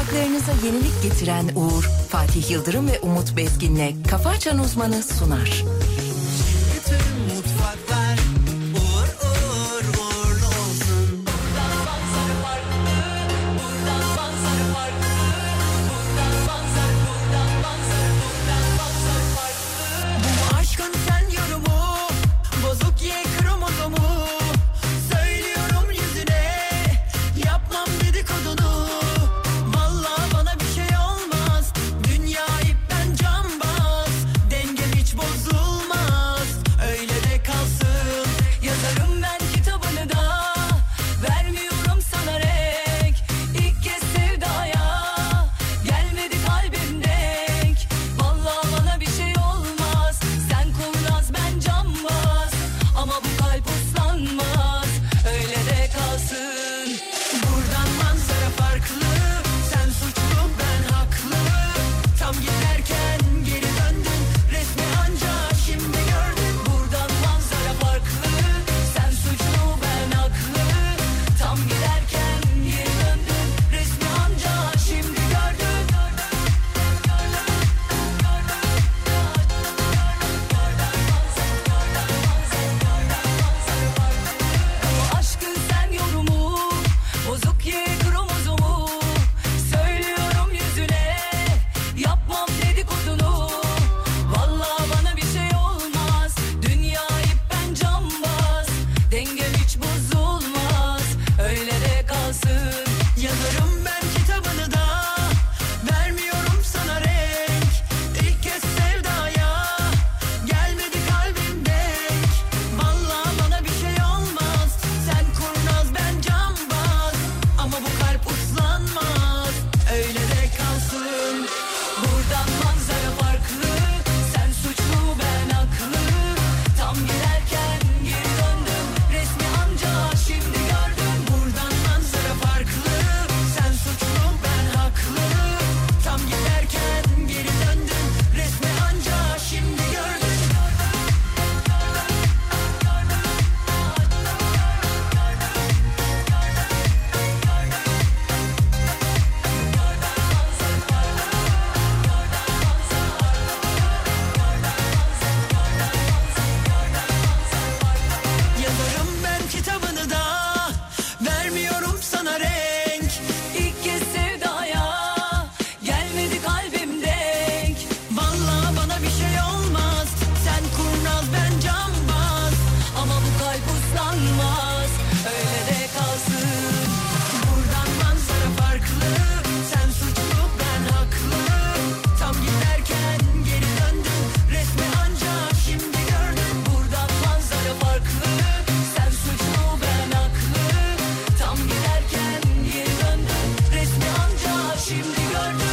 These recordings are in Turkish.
Hayatlarınıza yenilik getiren Uğur, Fatih Yıldırım ve Umut Bezgin'le Kafa Açan Uzmanı sunar. Bütün mutfaklar uğur uğur uğurlu olsun. Buradan manzara farklı, buradan manzara farklı, buradan manzara, buradan manzara, buradan manzara farklı. Bu mu aşkın sen yorumu, bozuk ye kromozomu. Söylüyorum yüzüne, yapmam dedikodunu. Vallahi bana bir şey olmaz, dünya ipten cambaz. Dengem hiç bozulmaz, öyle de kalsın. Yazarım ben kitabını da, vermiyorum sana renk. İlk kez sevdaya, gelmedi kalbim denk. Vallahi bana bir şey olmaz, sen kurnaz ben cambaz. Ama bu kalp uslanmaz, öyle de kalsın. Buradan manzara farklı, sen suçlu ben haklı. Tam giderken geri döndün, resmi anca şimdi gördüm. Buradan manzara farklı, sen suçlu ben haklı. Tam giderken geri döndün, resmi anca şimdi gördüm. Bu aşkın sen yorumu, bozuk ye kromozomu. Söylüyorum yüzüne, yapmam dedikodunu. Vallahi bana bir şey olmaz, dünya ipten cambaz. Dengem hiç bozulmaz, öyle de kalsın. Yazarım ben kitabını da, vermiyorum sana renk. İlk kez sevdaya, gelmedi kalbim denk. Vallahi bana bir şey olmaz, sen kurnaz ben cambaz. Ama bu kalp uslanmaz, öyle de kalsın. Buradan manzara farklı, sen suçlu ben haklı. Tam giderken geri döndüm, resmi anca şimdi gördüm. Buradan manzara farklı, sen suçlu ben haklı. Tam giderken geri döndüm, resmi anca şimdi gördüm. Yazarım ben kitabını da, vermiyorum sana renk. İlk kez sevdaya, gelmedi kalbim denk. Vallahi bana bir şey olmaz, sen kurnaz ben cambaz. Ama bu kalp uslanmaz, öyle de kalsın. Buradan manzara farklı, sen suçlu ben haklı. Tam giderken geri döndüm, resmi anca şimdi gördüm. Buradan manzara farklı, sen suçlu ben haklı. Tam giderken geri döndüm, resmi anca şimdi gördüm.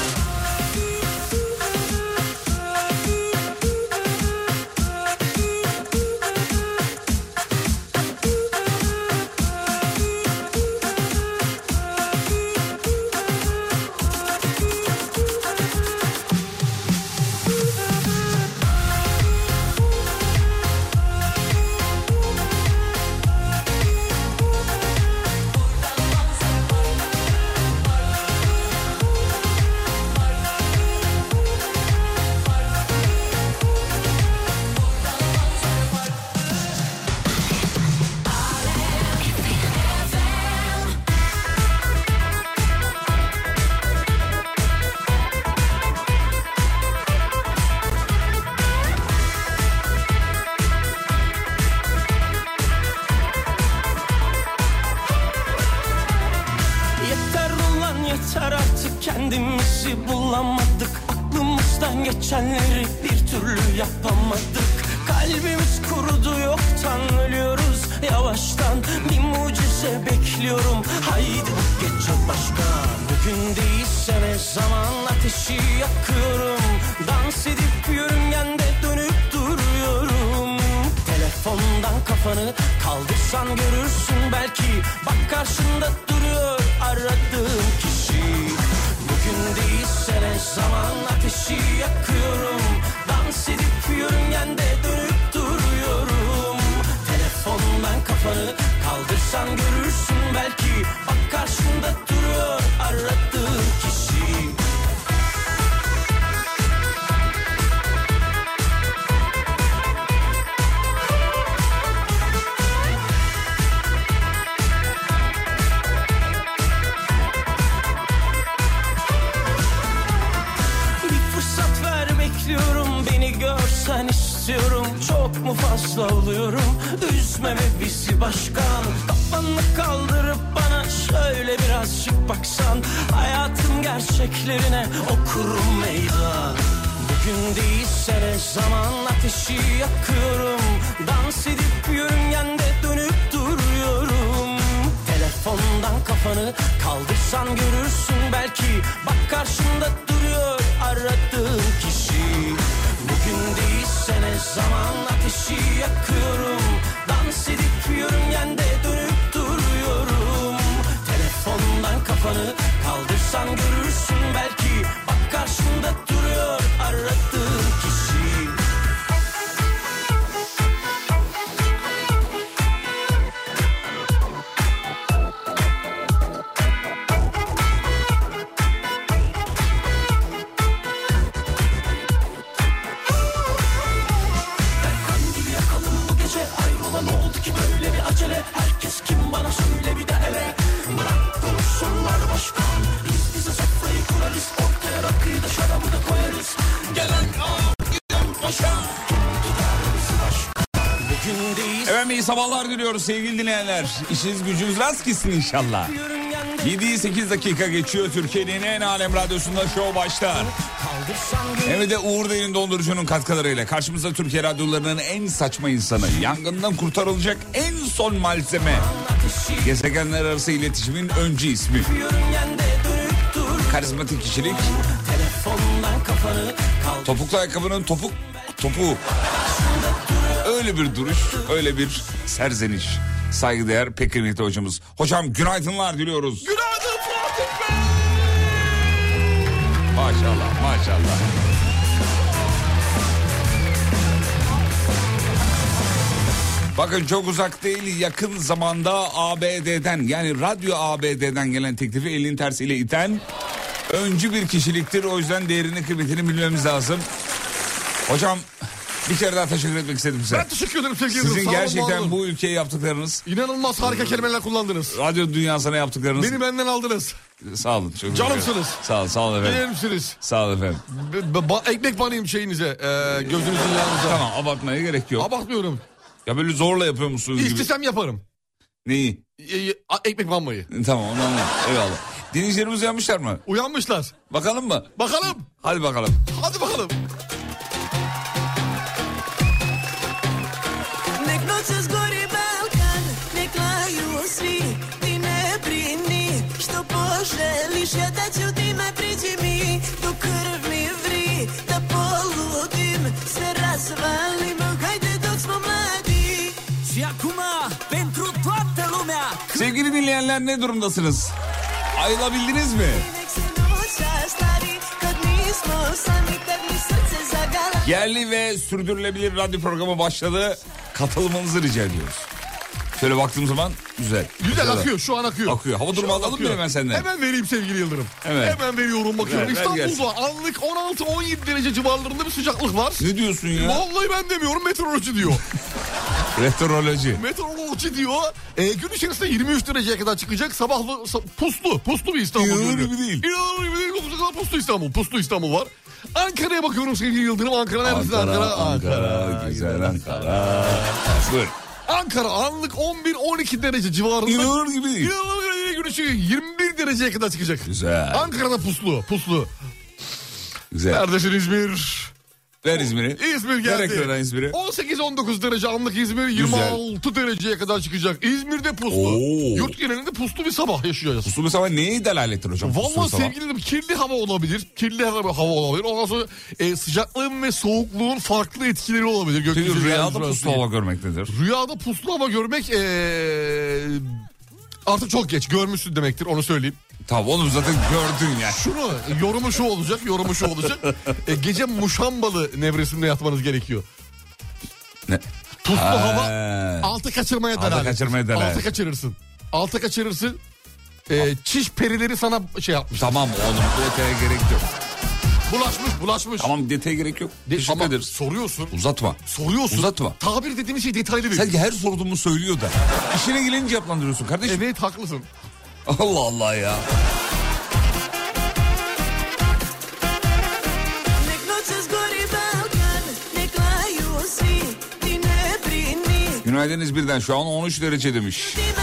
Yeter ulan yeter artık, kendimizi bulamadık. Aklımızdan geçenleri bir türlü yapamadık. Kalbimiz kurudu, yoktan ölüyoruz yavaştan. Bir mucize bekliyorum, haydi bu gece başka. Bugün değilse ne zaman ateşi yakıyorum. Dans edip yörüngende dönüp duruyorum. Telefondan kafanı kaldırsan görürsün belki. Bak karşında duruyor aradığım kişi. Bugün değilse ne zaman ateşi yakıyorum. Dans edip yörüngende dönüp duruyorum. Telefondan kafanı kaldırsan görürsün belki. Bak karşında duruyor aradığım kişi. fazla oluyorum. Üzme ve bizi başkan. Kafanı kaldırıp bana şöyle birazcık baksan. Hayatın gerçeklerine okurum meydan. Bugün değilse ne zaman ateşi yakıyorum. Dans edip yörüngende dönüp duruyorum. Telefondan kafanı kaldırsan görürsün belki. Bak karşında duruyor aradığın kişi. Bugün değilse ne zaman ateşi yakıyorum. Dans edip yörüngende dönüp duruyorum. Telefondan kafanı kaldırsan görürsün belki. Bak karşında duruyor aradığın kişi. Herkes kim bana söyle bir de hele. Bırak konuşsunlar başkan. Biz bize sofrayı kurarız. Ortaya rakıyı da şarabı da koyarız. Gelen giden paşa. Efendim iyi sabahlar diliyoruz sevgili dinleyenler. İşiniz gücünüz rast gitsin inşallah. 7'yi 8 dakika geçiyor. Türkiye'nin en alem radyosunda show başlar. Hem de Uğur Derin Dondurucu'nun katkılarıyla karşımızda Türkiye radyolarının en saçma insanı, yangından kurtarılacak en son malzeme, gezegenler arası iletişimin öncü ismi, karizmatik kişilik, topuklu ayakkabının topuğu, öyle bir duruş, öyle bir serzeniş, saygıdeğer pek kıymetli hocamız. Hocam günaydınlar diliyoruz. Günaydın Fatih Bey. Maşallah maşallah. Bakın çok uzak değil, yakın zamanda ABD'den, yani Radyo ABD'den gelen teklifi elinin tersiyle iten öncü bir kişiliktir. O yüzden değerini, kıymetini bilmemiz lazım. Hocam bir kere daha teşekkür etmek istedim size. Ben teşekkür ederim sevgili Sizin Yıldırım. gerçekten bu ülkeye yaptıklarınız, İnanılmaz harika kelimeler kullandınız. radyo dünyasına yaptıklarınız. Beni benden aldınız. Sağ olun. Çok Canımsınız. Sağ olun efendim. Beğenmişsiniz. Sağ olun efendim. Ekmek banayım şeyinize, gözünüzün yanınıza. Tamam, abartmaya gerek yok. Abartmıyorum. Ya böyle zorla yapıyor musunuz gibi. İstesem yaparım. Neyi? Ekmek banmayı. Tamam, onu anladım. Eyvallah. Dinleyicilerimiz uyanmışlar mı? Uyanmışlar. Bakalım mı? Bakalım. Hadi bakalım. Hadi bakalım. Nek noćas gori Balkan, nek laju svi, ti ne brini, što poželiš, ja da ću ti me priđi mi, do krv mi vri, da poludim, sve razvalim, hajde dok smo mladi. Și acum, pentru toată lumea. Sevgili dinleyenler, ne durumdasınız? Ayılabildiniz mi? Nek se noća stari, kad nismo sami, kad mi srce zagala. Yerli ve sürdürülebilir radyo programı başladı. Katılmanızı rica ediyoruz. Şöyle baktığım zaman güzel. Güzel Başladı. akıyor, şu an akıyor. Akıyor. Hava Şu durumu an alalım mı akıyor. hemen senden? Hemen vereyim sevgili Yıldırım. Evet. Hemen veriyorum bakıyorum. Ver gelsin. İstanbul'da anlık 16-17 derece civarlarında bir sıcaklık var. Ne diyorsun ya? Vallahi ben demiyorum, meteoroloji diyor. Meteoroloji. Meteoroloji diyor. Gün içerisinde 23 dereceye kadar çıkacak. Sabahlı puslu bir İstanbul. İnanılır görünüyor. gibi değil. İnanılır gibi değil. O kadar puslu İstanbul var. Ankara'ya bakıyorum sevgili Yıldırım. Ankara neredesin? Ankara, güzel Ankara. Buyur. Ankara anlık 11-12 derece civarında. İnanılır gibi değil. İnanılır gibi gün içi 21 dereceye kadar çıkacak. Güzel. Ankara'da puslu. Güzel. Neredesin İzmir? Ver İzmir'i. İzmir geldi. Ver ekranı İzmir'i. 18-19 derece anlık İzmir, 26 dereceye kadar çıkacak. İzmir'de puslu. Oo. Yurt genelinde puslu bir sabah yaşayacağız. Puslu mesela neye delalettir hocam? Puslu Vallahi sabah. sevgilim, kirli hava olabilir. Hava olabilir. Ondan sonra sıcaklığın ve soğukluğun farklı etkileri olabilir. Peki Gökyüzü rüyada yani puslu hava görmek nedir? Rüyada puslu hava görmek artık çok geç. Görmüşsün demektir, onu söyleyeyim. Tamam oğlum, zaten gördün ya. Yorumu şu olacak. Gece Muşambalı nevresinde yatmanız gerekiyor. Ne? Puslu hava altı kaçırmaya Altı delalet. kaçırmaya delalet. Altı kaçırırsın. Çiş perileri sana şey yapmış. Tamam oğlum, detaya gerek yok. Bulaşmış. Tamam, detaya gerek yok. Teşekkür Ama ederiz. soruyorsun. Uzatma. Uzatma. Tabir dediğimiz şey detaylı değil. Sanki her sorduğumu söylüyor da. İşine gelince cevaplandırıyorsun kardeşim. Evet, haklısın. Allah Allah ya. Nek noćas gori Balkan, nek laju svi, ti ne Günaydın İzmir'den, şu an 13 derece demiş.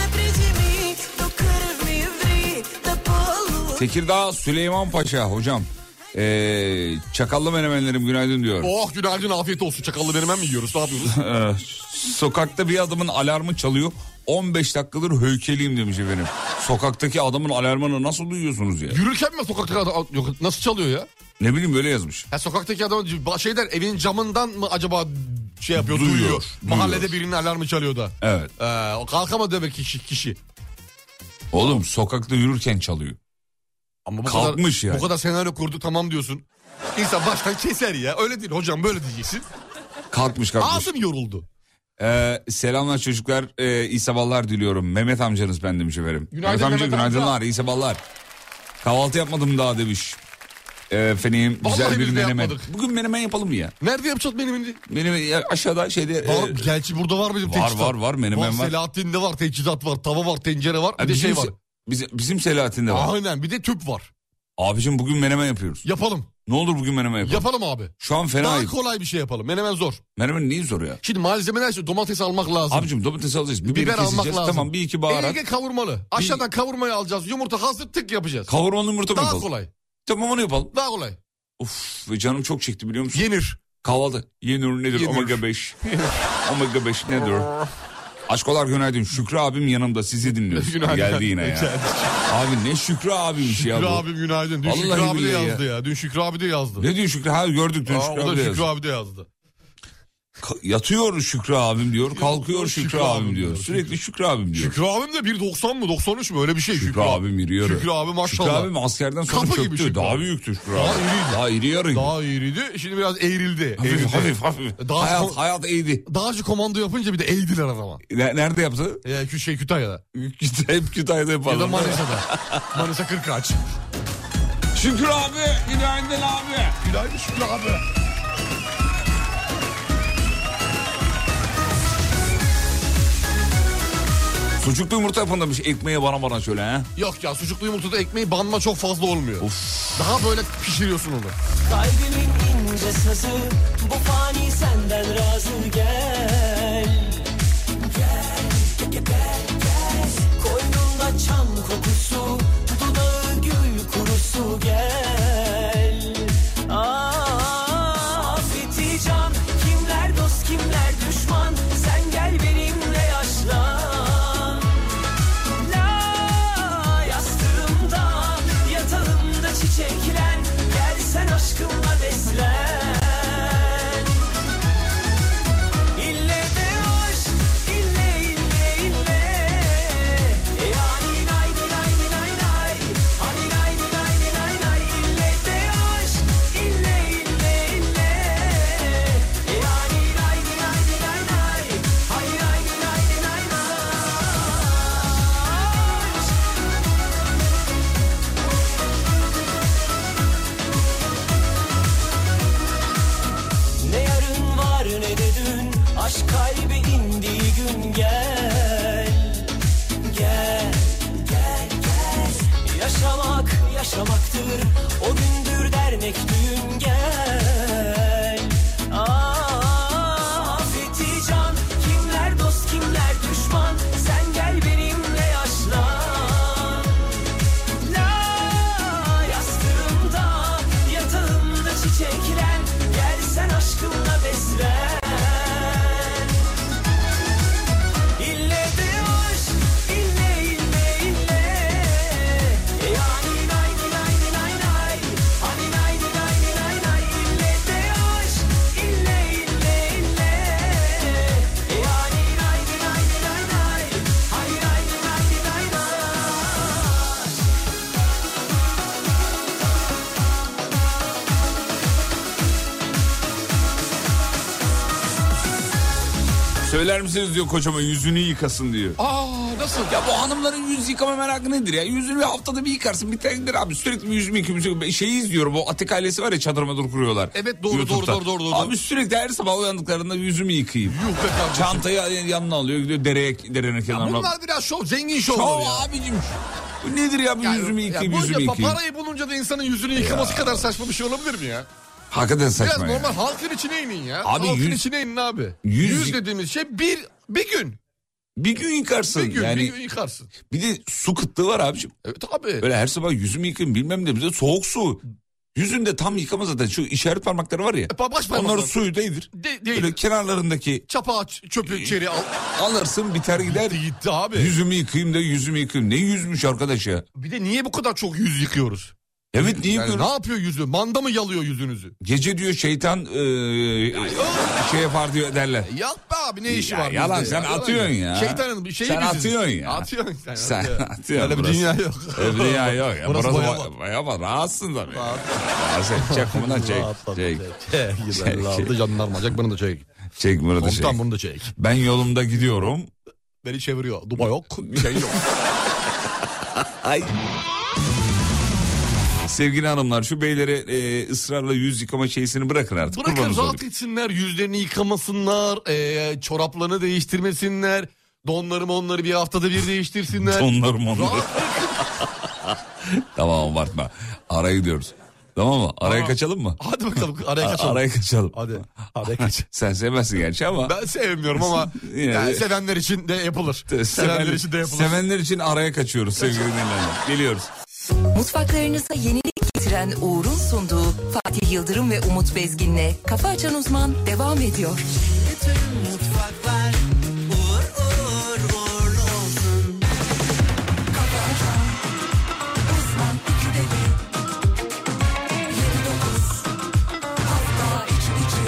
Tekirdağ Süleyman Paşa hocam. Çakallı menemenlerim günaydın diyor. Oh günaydın, afiyet olsun. Çakallı menemen mi yiyoruz, ne yapıyoruz? Sokakta bir adamın alarmı çalıyor. 15 dakikadır höykeliyim demiş efendim. Sokaktaki adamın alarmını nasıl duyuyorsunuz ya? Yürürken mi sokaktaki adam yok, nasıl çalıyor ya? Ne bileyim, böyle yazmış. Ha, sokaktaki adam şeyden, evinin camından mı acaba şey yapıyor, duyuyor. Mahallede birinin alarmı çalıyor da. Evet. O kalkamadı demek kişi. Oğlum sokakta yürürken çalıyor. Ama kalkmış kadar, yani. Bu kadar senaryo kurdu, tamam diyorsun. İnsan baştan keser ya. Öyle değil hocam, böyle diyeceksin. Kalkmış. Ağzım yoruldu. Selamlar çocuklar. İyi sabahlar diliyorum. Mehmet amcanız ben demiş efendim. Günaydın Mehmet amca, Mehmet günaydınlar. İyi sabahlar. Kahvaltı yapmadım daha demiş. Efendim güzel bir menemen. Bugün menemen yapalım mı ya? Nerede yapacağız menemeni? Menemen aşağıda şeyde. Gerçi burada var bizim teçhizat. Var menemen var. Selahattin'de var, teçhizat var, tava var, tencere var. Bir de şey var. Bizim Selahattin'de var. Aynen, bir de tüp var. Abicim bugün menemen yapıyoruz. Yapalım. Ne olur bugün menemen yapalım. Yapalım abi. Şu an fena. Daha kolay bir şey yapalım. Menemen zor. Menemen niye zor ya? Şimdi malzemeler işte, domates almak lazım. Abicim domates alacağız. Biber almak lazım. Tamam, bir iki baharat. Ege kavurmalı. Aşağıdan kavurmayı alacağız. Yumurta hazır, tık yapacağız. Kavurmalı yumurta mı daha yapalım? Daha kolay. Tamam, onu yapalım. Daha kolay. Of, ve canım çok çekti biliyor musun? Yenir. Kahvaltı. Yenir nedir? Yenir. Omega 5. Omega 5 nedir? Aşkolar günaydın. Şükrü abim yanımda, sizi dinliyoruz. Geldi yine ya. Abi ne Şükrü abiymiş ya bu. Şükrü abim günaydın. Dün Vallahi Şükrü abi de billahi yazdı ya. Dün Şükrü abi de yazdı. Ne diyor Şükrü? Ha, gördük dün Şükrü o abi da de Şükrü yazdı. abi de yazdı. Yatıyor Şükrü abim diyor. Kalkıyor Şükrü abim diyor. Sürekli Şükrü abim diyor. Şükrü abim de 1.90 mı 93 mü öyle bir şey. Şükrü abim iri yarı. Şükrü abi maşallah. Şükrü abim askerden sonra Kapı gibi çöktü. Şükrü Daha abi. büyüktü Şükrü abi. Daha iriydi. Daha iri yarıydı. Daha iriydi. Şimdi biraz eğrildi. Hafif. Daha Hayat eğdi. Dağcı komando yapınca bir de eğdiler adama. Nerede yaptı? Kütahya'da. Hep Kütahya'da yapalım. Ya da Manisa'da. Manisa Kırkağaç. Şükrü abi. Günaydın abi. Günaydın Şükrü abi. Sucuklu yumurta yapın demiş, ekmeğe bana şöyle ha. Yok ya, sucuklu yumurtada ekmeği banma çok fazla olmuyor. Of. Daha böyle pişiriyorsun onu. Kalbimin ince sazı, bu fani senden razı, gel. Gel. Koynumda çam kokusu, dudağı gül kurusu, gel. Afeti can, kimler dost kimler düşman, sen gel benimle yaşlan. Çiçeklen, gel sen aşkımla beslen. İlle de aşk, ille. Yani nay. Hani nay. İlle de aşk, ille. Yani nay. Hani nay. Ne yarın var ne de dün, aşk kalbe indiği gün, gel. Yaşamaktır, o gündür dernek düğün, gel. Afeti can, kimler dost kimler düşman, sen gel benimle yaşlan. Yastığımda, yatağımda çiçeklen, gel sen aşkımla beslen. İlle de aşk, ille. Yani nay. Hani nay. İlle de aşk, ille. Yani nay. Hani nay. Söyler misiniz diyor kocama, yüzünü yıkasın diyor. Nasıl? Ya bu hanımların yüz yıkama merakı nedir ya? Yüzünü bir haftada bir yıkarsın, biterdir abi. Sürekli bir yüzümü yıkıyorum. Şeyi izliyorum, o Atik ailesi var ya, çadırma dur kuruyorlar. Evet doğru. Abi sürekli her sabah uyandıklarında yüzümü yıkayayım. Yuh be kardeşim. Çantayı yanına alıyor, gidiyor derenin kenarına. Bunlar biraz zengin şovlar ya. Abicim. Bu nedir ya, bir yüzümü yıkayayım, yüzümü yıkayayım. Parayı bulunca da insanın yüzünü yıkaması kadar saçma bir şey olabilir mi ya? Hakikaten saçma Biraz ya. normal halkın içine inin ya. Abi halkın içine inin abi. Yüz Yüz dediğimiz şey bir Bir gün. Bir gün yıkarsın. Bir gün, yani, bir gün yıkarsın. Bir de su kıtlığı var abiciğim. Evet abi. Böyle her sabah yüzümü yıkayayım bilmem ne. Bize soğuk su. Yüzünde tam yıkama zaten. Şu işaret parmakları var ya. Baş parmakları. Onları suyu değdir. Böyle kenarlarındaki. Çapa çöpü içeri al. Alırsın biter gider. Gitti abi. Yüzümü yıkayayım da yüzümü yıkayayım. Ne yüzmüş arkadaş ya. Bir de niye bu kadar çok yüz yıkıyoruz? Evet niye yani yıkıyoruz? ne yapıyor yüzü? Manda mı yalıyor yüzünüzü? Gece diyor şeytan şey yapar diyor derler. Yok be abi, ne işi var? Yalan bizde sen ya? atıyorsun ya. Şeytanın bir şeyi sen biziz. atıyorsun ya. Atıyorsun sen. Sen atıyorsun. Öyle bir burası. dünya yok. Öyle bir dünya yok. Ya. Burası Burası rahatsın tabii. Çek bunu da çek. Güzel aldı jandarma. Çek bunu da çek. Çek bunu da çek. Komutan bunu da çek. Ben yolumda gidiyorum. Beni çeviriyor. Duba yok. Bir şey yok. Ay. Sevgili hanımlar şu beylere ısrarla yüz yıkama şeysini bırakın artık. Bırakın Kurbanınız rahat olayım. etsinler. Yüzlerini yıkamasınlar. Çoraplarını değiştirmesinler. Donları bir haftada bir değiştirsinler. Onları. Tamam abartma. Araya gidiyoruz. Tamam mı? Araya kaçalım mı? Hadi bakalım araya kaçalım. Araya kaçalım. Hadi araya kaç. Sen sevmezsin gerçi ama. Ben sevmiyorum ama yani sevenler için de yapılır. Sevenler için de yapılır. Sevenler için araya kaçıyoruz sevgili dinleyenler. Geliyoruz. Mutfaklarınıza yenilik getiren Uğur'un sunduğu Fatih Yıldırım ve Umut Bezgin'le Kafa Açan Uzman devam ediyor. Bütün mutfaklar uğur uğur uğurlu olsun. Kafa Açan Uzman 2'de 29 hafta içi.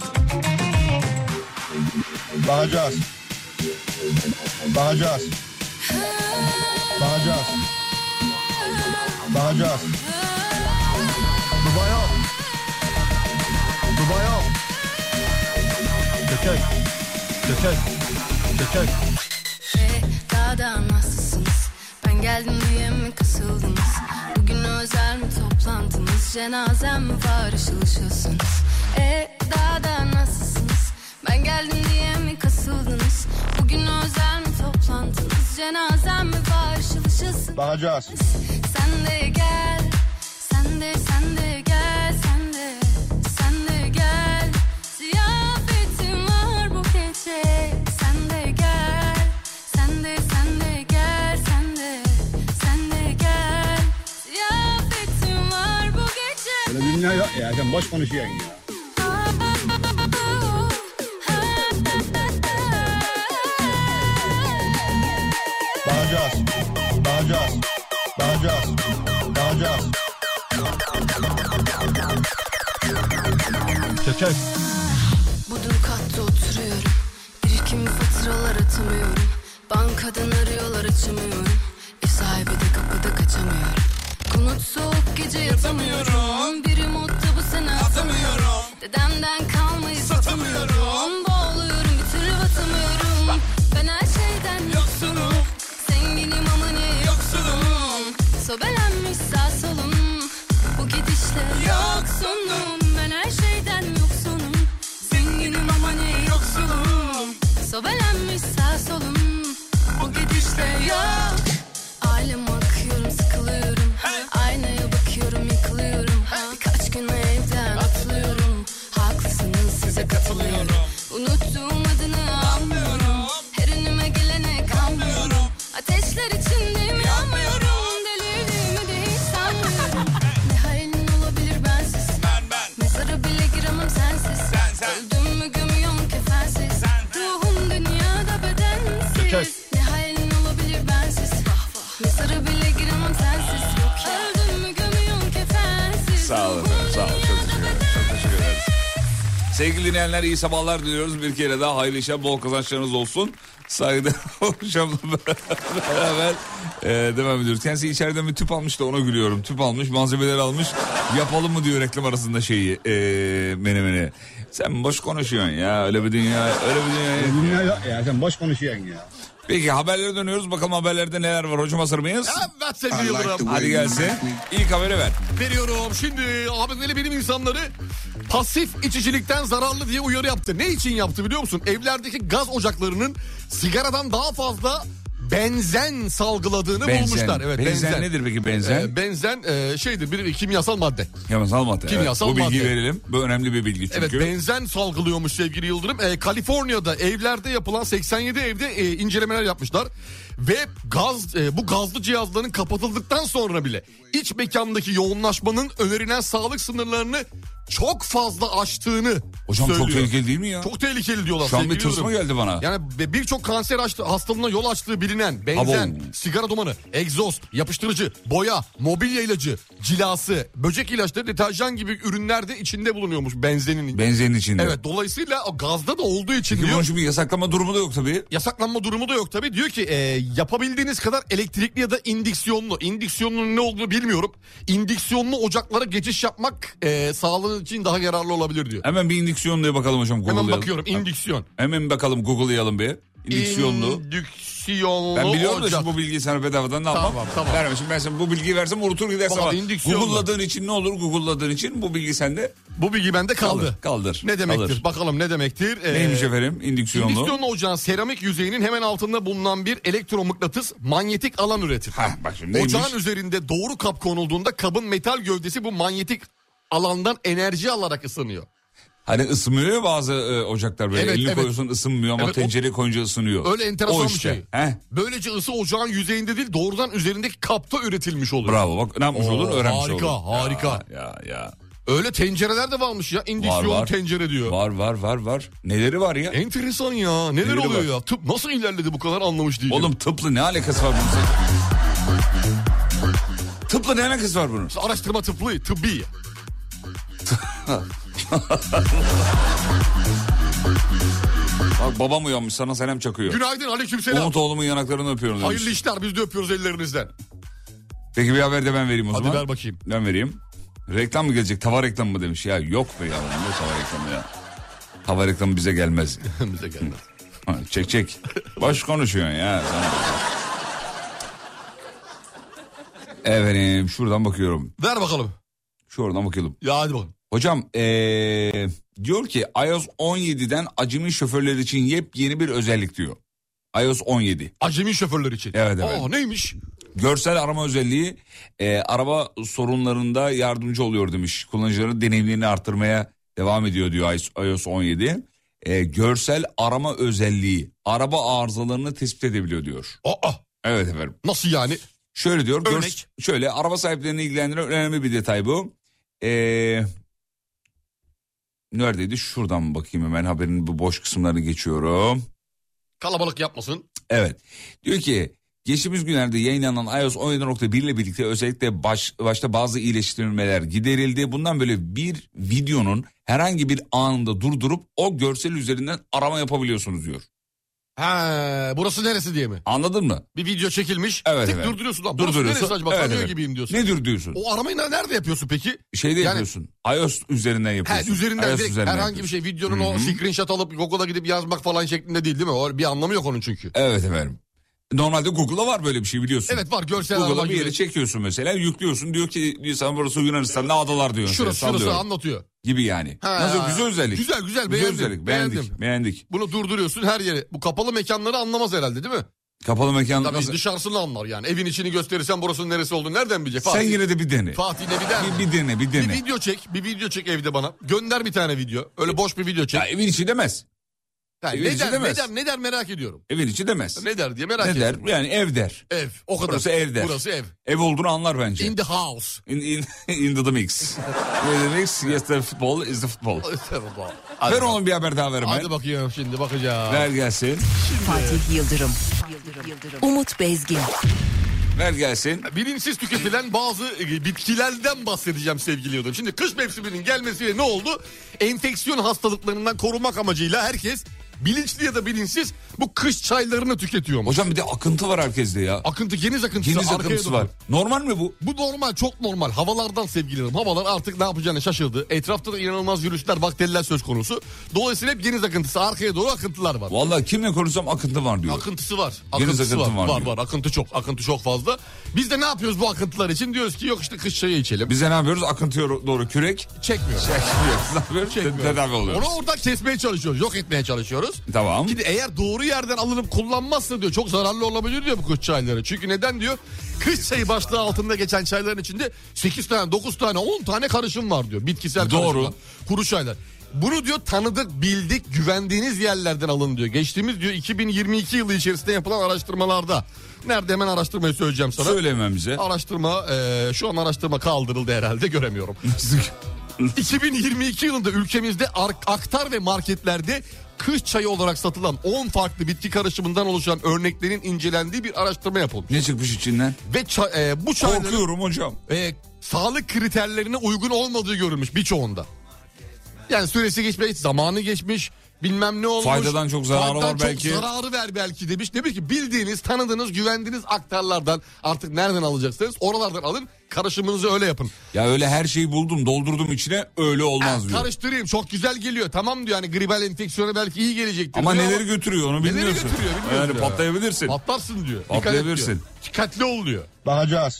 Bakacağız. Bakacağız. Bakacağız. Bakacağız. Dubai yok. Dubai yok. Çekek. Çekek. Çekek. Daha da nasılsınız? Ben geldim diye mi kasıldınız? Bugün özel mi toplantınız? Cenazem mi var ışıl ışılsınız? Daha da nasılsınız? Ben geldim diye mi kasıldınız? Bugün özel mi toplantınız? Cenazem mi var ışıl ışılsınız? Bakacağız. Sen de gel, sen de gel, sen de gel. Ziyafetim var bu gece. Sen de gel, sen de gel, sen de gel. Ziyafetim var bu gece. Böyle dünya yok ya. Sen boş konuşuyorsun ya. Bakacağız. Bakacağız. Bakacağız. Bakacağız. Çekek. Bodrum katta oturuyorum. Birikim faturalar atamıyorum. Bankadan arıyorlar açamıyorum. Ev sahibi de kapıda kaçamıyorum. Konut soğuk gece yatamıyorum. Bir modda bu sene atamıyorum. Dedemden kalmayı satamıyorum. Boğuluyorum bir türlü batamıyorum. Ben her şeyden yoksunum. Zenginim ama niye yoksunum? Sobelenmiş sağ solum. Bu gidişle yoksunum. Ben her şeyden yoksunum. Zenginim ama niye yoksunum? Sobelenmiş sağ solum. Bu gidişle yok. Aileme bakıyorum sıkılıyorum. Aynaya bakıyorum yıkılıyorum. Birkaç gün evden atılıyorum. Haklısınız size katılıyorum. Unuttuğum adını anmıyorum. Her önüme gelene kanmıyorum. Ateşler içindeyim yanmıyorum. Delirdiğimi de hiç sanmıyorum. Ne hayalin olabilir bensiz? Mezara bile giremem sensiz. Öldüm mü gömüyorum kefensiz. Ruhum dünyada bedensiz. Ne hayalin olabilir bensiz? Mezara bile giremem sensiz. Öldüm mü gömüyorum kefensiz. Sağ olun. Sağ olun. Çok teşekkür ederiz. Sevgili dinleyenler iyi sabahlar diliyoruz. Bir kere daha hayırlı işler, bol kazançlarınız olsun. Saygıdeğer hocamla beraber devam ediyoruz. Kendisi içeriden bir tüp almış da ona gülüyorum. Tüp almış, malzemeler almış. Yapalım mı diyor reklam arasında şeyi menemeni. Sen boş konuşuyorsun ya, öyle bir dünya Dünya yok ya. Sen boş konuşuyorsun ya. Peki haberlere dönüyoruz. Bakalım haberlerde neler var hocam, hazır mıyız? Evet sevgili Yıldırım. Hadi gelsin. İlk haberi ver. Veriyorum. Şimdi haberleri bilim insanları pasif içicilikten zararlı diye uyarı yaptı. Ne için yaptı biliyor musun? Evlerdeki gaz ocaklarının sigaradan daha fazla benzen salgıladığını Benzen. bulmuşlar. Evet, benzen nedir peki benzen? Benzen şeydir, bir kimyasal madde. Kimyasal madde. Kimyasal Bu bilgiyi madde. verelim. Bu önemli bir bilgi çünkü. Evet, benzen salgılıyormuş sevgili Yıldırım. Kaliforniya'da evlerde yapılan 87 evde incelemeler yapmışlar. Ve bu gazlı cihazların kapatıldıktan sonra bile iç mekandaki yoğunlaşmanın önerilen sağlık sınırlarını çok fazla aştığını Hocam söylüyor. çok tehlikeli değil mi ya? Çok tehlikeli diyorlar. Şu an bir sevgili tırsma Yıldırım. geldi bana. Yani birçok kanser hastalığına yol açtığı bilinen benzen, Abo. sigara dumanı, egzoz, yapıştırıcı, boya, mobilya ilacı, cilası, böcek ilaçları, deterjan gibi ürünler de içinde bulunuyormuş benzenin. Benzenin içinde. Evet, dolayısıyla o gazda da olduğu için Peki diyor. bunun şimdi bir yasaklama durumu da yok tabii. Yasaklanma durumu da yok tabii. Diyor ki yapabildiğiniz kadar elektrikli ya da indüksiyonlu. İndüksiyonun ne olduğunu bilmiyorum. İndüksiyonlu ocaklara geçiş yapmak sağlığın için daha yararlı olabilir diyor. Hemen bir indüksiyonluya bakalım hocam. Hemen bakıyorum, indüksiyon. Hemen bakalım, Google'layalım bir. İndüksiyonlu. İndüksiyonlu Ben biliyorum da ocak. şimdi bu bilgiyi sana bedavadan ne yapmam? Tamam. Vermem. Şimdi ben sana bu bilgiyi versem unutur gidersin Tamam, ama indüksiyonlu. Google'ladığın için ne olur? Google'ladığın için bu bilgi sende Bu bilgi bende kaldı. kaldır. Ne demektir? Kalır. Bakalım ne demektir? Neymiş efendim? İndüksiyonlu. İndüksiyonlu ocağın seramik yüzeyinin hemen altında bulunan bir elektromıknatıs manyetik alan üretir. Bak şimdi neymiş? Ocağın üzerinde doğru kap konulduğunda kabın metal gövdesi bu manyetik alandan enerji alarak ısınıyor. Hani ısınmıyor ya bazı ocaklar böyle. Evet, Elini evet. koyuyorsun ısınmıyor ama Evet, tencereye koyunca ısınıyor. Öyle enteresan O bir işte. şey. Heh. Böylece ısı ocağın yüzeyinde değil, doğrudan üzerindeki kapta üretilmiş oluyor. Bravo, bak ne yapmış Oo, olur? Öğrenmiş harika, olur. harika. Ya. Öyle tencereler de varmış ya. İndüksiyonlu Var. tencere diyor. Var. Neleri var ya? Enteresan ya. Neler Neleri oluyor var? ya? Tıp nasıl ilerledi bu kadar anlamış değilim. Oğlum tıpla ne alakası var bunun? Tıpla ne alakası var bunun? Araştırma tıbbi. Bak babam uyanmış, sana selam çakıyor. Günaydın, aleykümselam. Umut oğlumun yanaklarını öpüyorum demiş. Hayırlı işler, biz de öpüyoruz ellerinizden. Peki bir haber de ben vereyim o Hadi zaman. ver bakayım. Ben vereyim. Reklam mı gelecek? Tava reklamı mı demiş. Ya yok be ya. Ne tava reklamı ya? Tava reklamı bize gelmez. Bize gelmez. Çek. Boş konuşuyorsun ya. Efendim şuradan bakıyorum. Ver bakalım. Şuradan bakalım. Ya hadi bakalım. Hocam diyor ki iOS 17'den acemi şoförler için yepyeni bir özellik diyor. iOS 17. Acemi şoförler için. Evet. Neymiş? Görsel arama özelliği araba sorunlarında yardımcı oluyor demiş. Kullanıcıların deneyimlerini arttırmaya devam ediyor diyor iOS 17. Görsel arama özelliği araba arızalarını tespit edebiliyor diyor. Evet efendim. Nasıl yani? Şöyle diyor. Örnek. Şöyle araba sahiplerini ilgilendiren önemli bir detay bu. Neredeydi? Şuradan bakayım hemen haberin bu boş kısımlarını geçiyorum. Kalabalık yapmasın. Evet. Diyor ki geçtiğimiz günlerde yayınlanan iOS 17.1 ile birlikte özellikle başta bazı iyileştirmeler giderildi. Bundan böyle bir videonun herhangi bir anında durdurup o görsel üzerinden arama yapabiliyorsunuz diyor. Burası neresi diye mi? Anladın mı? Bir video çekilmiş. Evet, tık evet. durduruyorsun. Burası neresi acaba? Tanıyor gibiyim diyorsun. Ne diyorsun? O aramayı nerede yapıyorsun peki? Şeyde yapıyorsun. iOS üzerinden yapıyorsun. Üzerinden iOS direkt üzerinden herhangi bir şey videonun o screenshot alıp Google'a gidip yazmak falan şeklinde değil mi? O bir anlamı yok onun çünkü. Evet efendim. Normalde Google'da var böyle bir şey biliyorsun. Evet var, görsel Google'da arama bir yere gibi. çekiyorsun mesela, yüklüyorsun, diyor ki sana burası Yunanistan'da adalar diyor. Şurası anlatıyor. Gibi yani. Nasıl güzel özellik. Güzel beğendim. Özellik. Beğendik. Bunu durduruyorsun her yere. Bu kapalı mekanları anlamaz herhalde değil mi? Kapalı mekan. Tabii dışarısını anlar yani. Evin içini gösterirsen burasının neresi olduğunu nereden bilecek? Sen yine de bir dene. Fatih'le bir dene. Bir dene. Bir video çek evde bana. Gönder bir tane video. Öyle boş bir video çek. Ya evin içi demez. Yani ne der merak ediyorum. Evin içi demez. Ne der diye merak ediyorum. ediyorum. Ne der? Yani ev der. Ev. O kadar. Burası ev der. Burası ev. Ev olduğunu anlar bence. In the house. In the mix. In the mix, yes the football is the football. Ver onun bir haber daha ver hemen. Hadi bakayım şimdi bakacağım. Ver gelsin. Fatih Yıldırım. Umut Bezgin. Ver gelsin. Bilinçsiz tüketilen bazı bitkilerden bahsedeceğim sevgili Yıldırım. Şimdi kış mevsiminin gelmesiyle ne oldu? Enfeksiyon hastalıklarından korumak amacıyla herkes bilinçli ya da bilinçsiz bu kış çaylarını tüketiyormuş. Hocam bir de akıntı var herkeste ya. Akıntı, geniz akıntısı. Geniz akıntısı var. Normal mi bu? Bu normal, çok normal. Havalardan sevgililerim. Havalar artık ne yapacağını şaşırdı. Etrafta da inanılmaz virüsler, bakteriler söz konusu. Dolayısıyla hep geniz akıntısı, arkaya doğru akıntılar var. Vallahi kimle konuşsam akıntı var diyor. Akıntısı var. Geniz akıntı var. Var. Akıntı çok fazla. Biz de ne yapıyoruz bu akıntılar için? Diyoruz ki yok işte kış çayı içelim. Biz de ne yapıyoruz? Akıntıya doğru kürek. Çekmiyoruz. Ne yapıyoruz? Tedavi oluyoruz. Onu oradan kesmeye çalışıyoruz. Yok etmeye çalışıyoruz. kullanıyoruz. Tamam. Ki de eğer doğru yerden alınıp kullanmazsa diyor çok zararlı olabilir diyor bu kış çayları. Çünkü neden diyor? Kış çayı başlığı altında geçen çayların içinde 8 tane, 9 tane, 10 tane karışım var diyor. Bitkisel Doğru. karışımlar. Kuru çaylar. Bunu diyor tanıdık, bildik, güvendiğiniz yerlerden alın diyor. Geçtiğimiz diyor 2022 yılı içerisinde yapılan araştırmalarda. Nerede hemen araştırmayı söyleyeceğim sana. Söyleyemem bize. Araştırma şu an araştırma kaldırıldı herhalde, göremiyorum. 2022 yılında ülkemizde aktar ve marketlerde kış çayı olarak satılan 10 farklı bitki karışımından oluşan örneklerin incelendiği bir araştırma yapılmış. Ne çıkmış içinden? Ve bu çayların Korkuyorum hocam. sağlık kriterlerine uygun olmadığı görülmüş birçoğunda. Yani süresi geçmiş, zamanı geçmiş, bilmem ne olmuş. Faydadan çok zararı Faydadan var belki. çok zararı ver belki demiş. Demiş ki bildiğiniz, tanıdığınız, güvendiğiniz aktarlardan, artık nereden alacaksınız oralardan alın, karışımınızı öyle yapın. Ya öyle her şeyi buldum, doldurdum içine, öyle olmaz diyor. Karıştırayım, çok güzel geliyor, tamam diyor, hani gribal enfeksiyona belki iyi gelecektir. Ama diyor neleri götürüyor onu neleri bilmiyorsun. götürüyor bilmiyoruz Yani ya. patlayabilirsin. Patlarsın diyor. Patlayabilirsin. Dikkat et diyor. Dikkatli ol diyor. Bakacağız.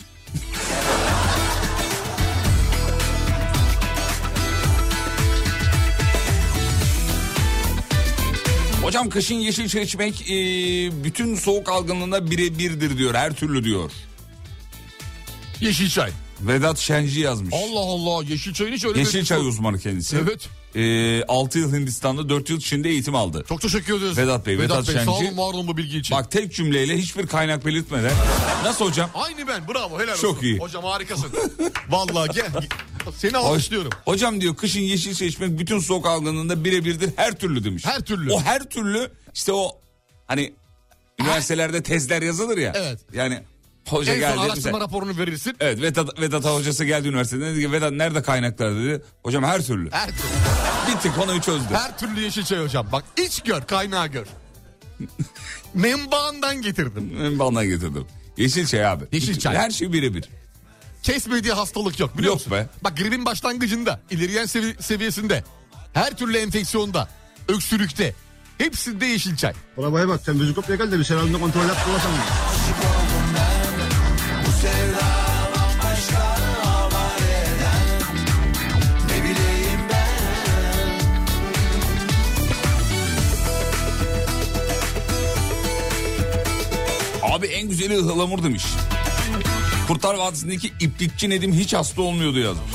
Hocam kışın yeşil çay içmek bütün soğuk algınlığına birebirdir diyor, her türlü diyor. Yeşil çay. Vedat Şenci yazmış. Allah Allah, yeşil çayın hiç öyle Yeşil çay uzmanı kendisi. Evet. 6 yıl Hindistan'da, 4 yıl Çin'de eğitim aldı. Çok teşekkür ederiz. Vedat Bey, Vedat Sağ Şenci. olun, var olun bu bilgi için. Bak tek cümleyle, hiçbir kaynak belirtmeden. Nasıl hocam? Aynı ben, bravo, helal olsun. Çok iyi. Hocam harikasın. Vallahi gel. Seni alkışlıyorum. Hocam diyor kışın yeşil çay içmek bütün soğuk algınlığında birebirdir, her türlü demiş. Her türlü. O her türlü işte o hani üniversitelerde tezler yazılır ya. Evet. Yani hoca En son geldi. araştırma mesela, raporunu verirsin. evet, Vedat hocası geldi üniversiteden, dedi ki Vedat nerede kaynaklar dedi. Hocam her türlü. Her türlü. Bitti, konuyu çözdü. Her türlü yeşil çay hocam. Bak iç gör, kaynağı gör. Menbaından getirdim. Ben bana getirdim. Yeşil çay abi. Yeşil çay. Her şey birebir. Kesmediği hastalık yok biliyor Yok musun? be. Bak gribin başlangıcında, ilerleyen seviyesinde, her türlü enfeksiyonda, öksürükte, hepsinde yeşil çay. Ulan bana bak, sen müzik kopya gel de bir seramda kontrol yap. Abi en güzeli ıhlamur demiş. Kurtlar Vadisi'ndeki iplikçi Nedim hiç hasta olmuyordu yazmış.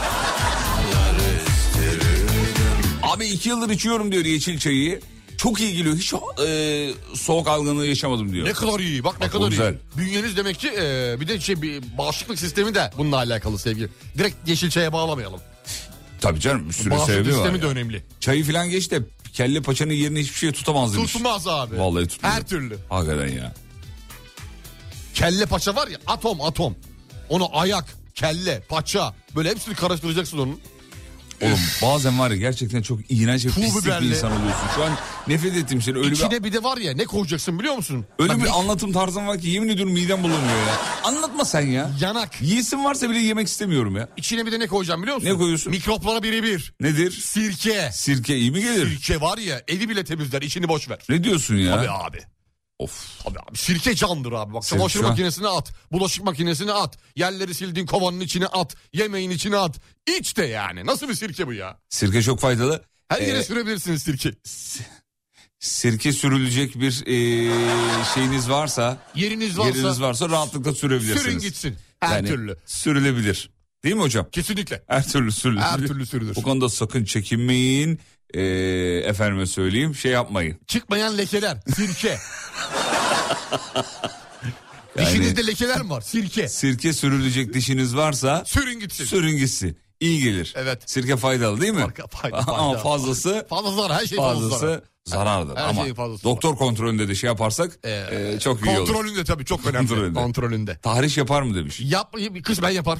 Abi 2 yıldır içiyorum diyor yeşil çayı. Çok iyi geliyor. Hiç soğuk algınlığı yaşamadım diyor. Ne kadar iyi, bak ne Bak, kadar güzel. iyi. Bünyeniz demek ki bir de bir bağışıklık sistemi de bununla alakalı sevgili. Direkt yeşil çaya bağlamayalım. Tabii canım, bir sürü Bağışıklık sebebi var. sistemi de ya. önemli. Çayı falan geç de kelle paçanın yerini hiçbir şey tutamaz demiş. Tutmaz abi. Vallahi tutmaz. Her türlü. Hakikaten ya. Kelle paça var ya, atom. Onu ayak, kelle, paça, böyle hepsini karıştıracaksın onun. Oğlum bazen var ya gerçekten çok iğrenç ve Pul pislik bir biberli. insan oluyorsun. Şu an nefret ettim seni. Öyle İçine bir de var ya, ne koyacaksın biliyor musun? öyle Bak, bir anlatım tarzın var ki yemin ediyorum midem bulanıyor ya. Anlatma sen ya. yanak. Yiyesim varsa bile yemek istemiyorum ya. İçine bir de ne koyacağım biliyor musun? Ne koyuyorsun? Mikroplara birebir. Nedir? Sirke. Sirke iyi mi gelir? Sirke var ya, evi bile temizler, içini boş ver. Ne diyorsun ya? Tabii abi. Of. Tabii abi, sirke candır abi. Bak Sirke çamaşır şu an- makinesine at, bulaşık makinesine at, yerleri sildiğin kovanın içine at, yemeğin içine at. İç de yani. Nasıl bir sirke bu ya? Sirke çok faydalı. Her yere sürebilirsiniz sirke. Sirke sürülecek bir şeyiniz varsa, Yeriniz varsa rahatlıkla sürebilirsiniz. sürün gitsin. Her türlü. Sürülebilir. Değil mi hocam? Kesinlikle. Her türlü sürülür. Her türlü sürülür. Bu konuda sakın çekinmeyin. Efendime söyleyeyim, şey yapmayın. Çıkmayan lekeler, sirke. Yani- Dişinizde lekeler mi var? Sirke. Sirke sürülecek dişiniz varsa Sürün gitsin. sürün gitsin. İyi gelir. Evet. Sirke faydalı değil mi? Ama fazlası Fazlası her şey fazlası. fazlası zarardır. Her Ama şeyin fazlası doktor kontrolünde de şey yaparsak çok iyi olur. Kontrolünde tabii, çok önemli. Kontrolünde. Kontrolünde. Tahriş yapar mı demiş. Kısmen yapar.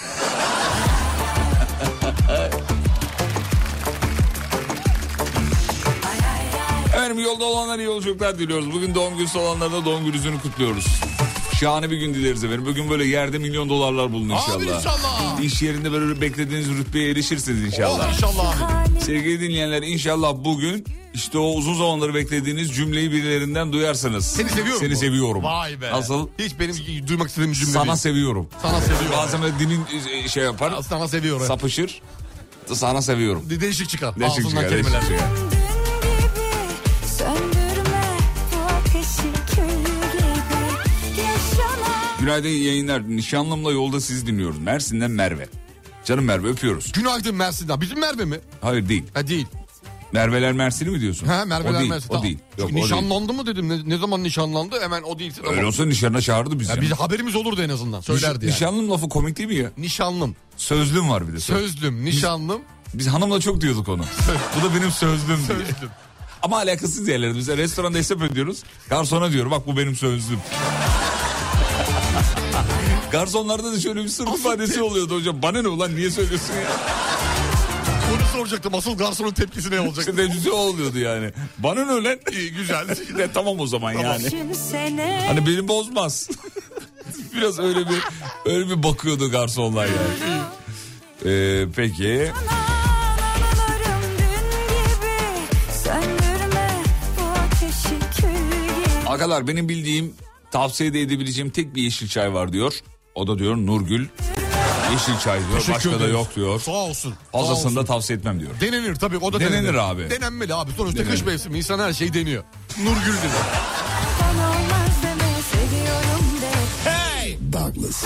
Efendim yolda olanlara iyi yolculuklar diliyoruz. Bugün doğum günü olanlara da doğum gününü kutluyoruz. Şahane bir gün dileriz efendim. Bugün böyle yerde milyon dolarlar bulun inşallah. Amin inşallah. İş yerinde böyle beklediğiniz rütbeye erişirsiniz inşallah. İnşallah. Sevgili dinleyenler, inşallah bugün işte o uzun zamanları beklediğiniz cümleyi birilerinden duyarsınız. Seni seviyorum. Seni bu. seviyorum. Vay be. Nasıl? Hiç benim duymak istediğim cümle Sana değil. seviyorum. Sana seviyorum. Bazen böyle dilin şey yapar. Sana seviyorum. Sapışır. Sana seviyorum. Değişik çıkar. Değişik Ağzından çıkar, kelimeler. değişik çıkar. Günaydın yayınlar. Nişanlımla yolda sizi dinliyoruz. Mersin'den Merve. Canım Merve, öpüyoruz. Günaydın Mersin'den. Bizim Merve mi? Hayır, değil. Ha, değil. Merveler Mersin'i mi diyorsun? Ha, Merveler o değil, Mersin. O değil. Yok, o nişanlandı mı dedim. Ne zaman nişanlandı? Hemen o değil. Öyle olsa nişanına çağırdı bizi. Ya biz haberimiz olurdu en azından. Söylerdi yani. Nişanlım lafı komik değil mi ya? Nişanlım. Sözlüm var bir de. Sözlüm, nişanlım. Biz hanımla çok diyorduk onu. Bu da benim sözlüm diye. Sözlüm. Ama alakasız yerlerde. Mesela restoranda hesap ödüyoruz. Garsona diyorum bak bu benim sözlüm. Garsonlarda da şöyle bir sınıf ifadesi oluyordu hocam. Bana ne ulan, niye söylüyorsun ya? Bunu soracaktım. Asıl garsonun tepkisi ne olacak? İşte tepkisi oluyordu yani. Bana ne ulan? İyi, güzel. Tamam o zaman yani. Hani beni bozmaz. Biraz öyle bir bakıyordu garsonlar yani. Peki. Arkadaşlar benim bildiğim, tavsiye de edebileceğim tek bir yeşil çay var diyor. O da diyor Nurgül. Yeşil çay diyor. Teşekkür Başka da ederiz. yok diyor. Sağ olsun. Fazlasını da tavsiye etmem diyor. Denenir tabii, o da denenir abi. Denenmeli abi. Sonuçta Denenir. kış mevsimi, insan her şeyi deniyor. Nurgül dedi. Hey! Douglas.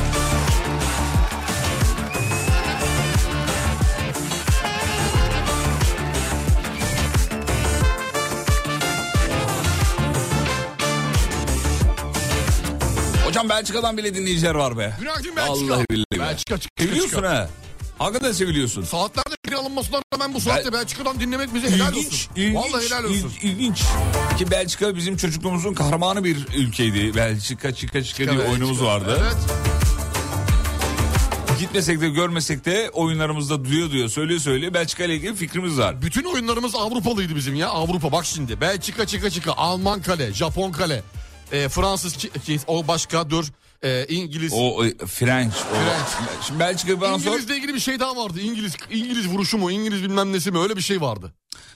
Hocam Belçika'dan bile dinleyiciler var be. Günaydın Belçika. Vallahi billahi. Belçika çık. Seviyorsun ha. Hakikaten seviliyorsun. Saatlerde bir alınmasına rağmen bu saatte Belçika'dan dinlemek bize helal olsun. Vallahi helal olsun. İlginç. Ki Belçika bizim çocukluğumuzun kahramanı bir ülkeydi. Belçika çıka diye Belçika. oyunumuz vardı. Evet. Gitmesek de görmesek de oyunlarımızda duyuyor söyleye Belçika ile ilgili fikrimiz var. Bütün oyunlarımız Avrupalıydı bizim ya. Avrupa bak şimdi. Belçika çıka. Alman kale, Japon kale. Fransız o başka dur. İngiliz. O French. Şimdi Belçika bana sor. İngilizle ilgili bir şey daha vardı. İngiliz vuruşu mu? İngiliz bilmem nesi mi? Öyle bir şey vardı.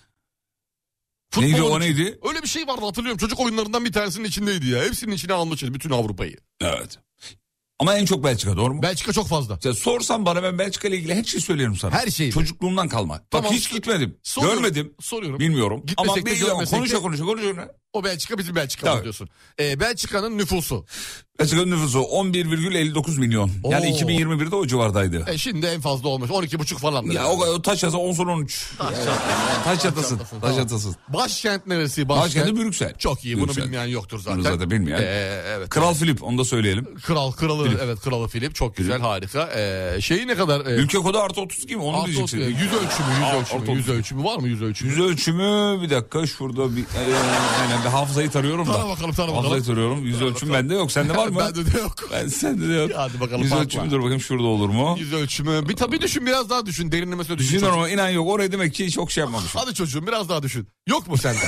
Neydi o, neydi? Öyle bir şey vardı, hatırlıyorum. Çocuk oyunlarından bir tanesinin içindeydi ya. Hepsinin içine almışız bütün Avrupa'yı. Evet. Ama en çok Belçika, doğru mu? Belçika çok fazla. Sen sorsan bana, ben Belçika ile ilgili her şeyi söylerim sana. Her şeyi. Çocukluğumdan kalma. Tamam. Bak hiç gitmedim. Soruyorum. Görmedim. Soruyorum. Bilmiyorum. Gitmesek Ama de biliyorum. görmesek de- Konuşa. O Belçika bizim Belçika Tabii. diyorsun. Belçika'nın nüfusu. Belçika'nın nüfusu 11,59 milyon. Yani Oo. 2021'de o civardaydı. Şimdi en fazla olmuş. 12,5 falan. Ya o taş yasa 10 son 13. Taş yatasın. Taş yatasın. Başkent neresi? Başkenti Brüksel. Çok iyi. Bunu Brüksel. bilmeyen yoktur zaten. Bunu zaten bilmeyen. Evet. Kral Filip, onu da söyleyelim. Kralı Filip. evet, kralı Filip çok güzel, harika. Şeyi ne kadar? Ülke kodu artı 32 mi? Onu Artı diyeceksin. yüz ölçümü. Yüz ölçümü var mı, yüz ölçümü? Yüz ölçümü bir dakika şurada bir bir hafızayı tarıyorum da. Tara bakalım. Hafızayı tarıyorum. Yüz ölçümü bende yok. Sende var mı? Bende de yok. Sende de yok. Hadi bakalım. Yüz fark ölçümü var. dur bakayım şurada olur mu? Yüz ölçümü. Tabii düşün, biraz daha düşün. Derinlemesine düşün. Düşünüyorum çocuk. ama inan yok. Oraya demek ki çok şey yapmamışım. Hadi çocuğum biraz daha düşün. Yok mu sende?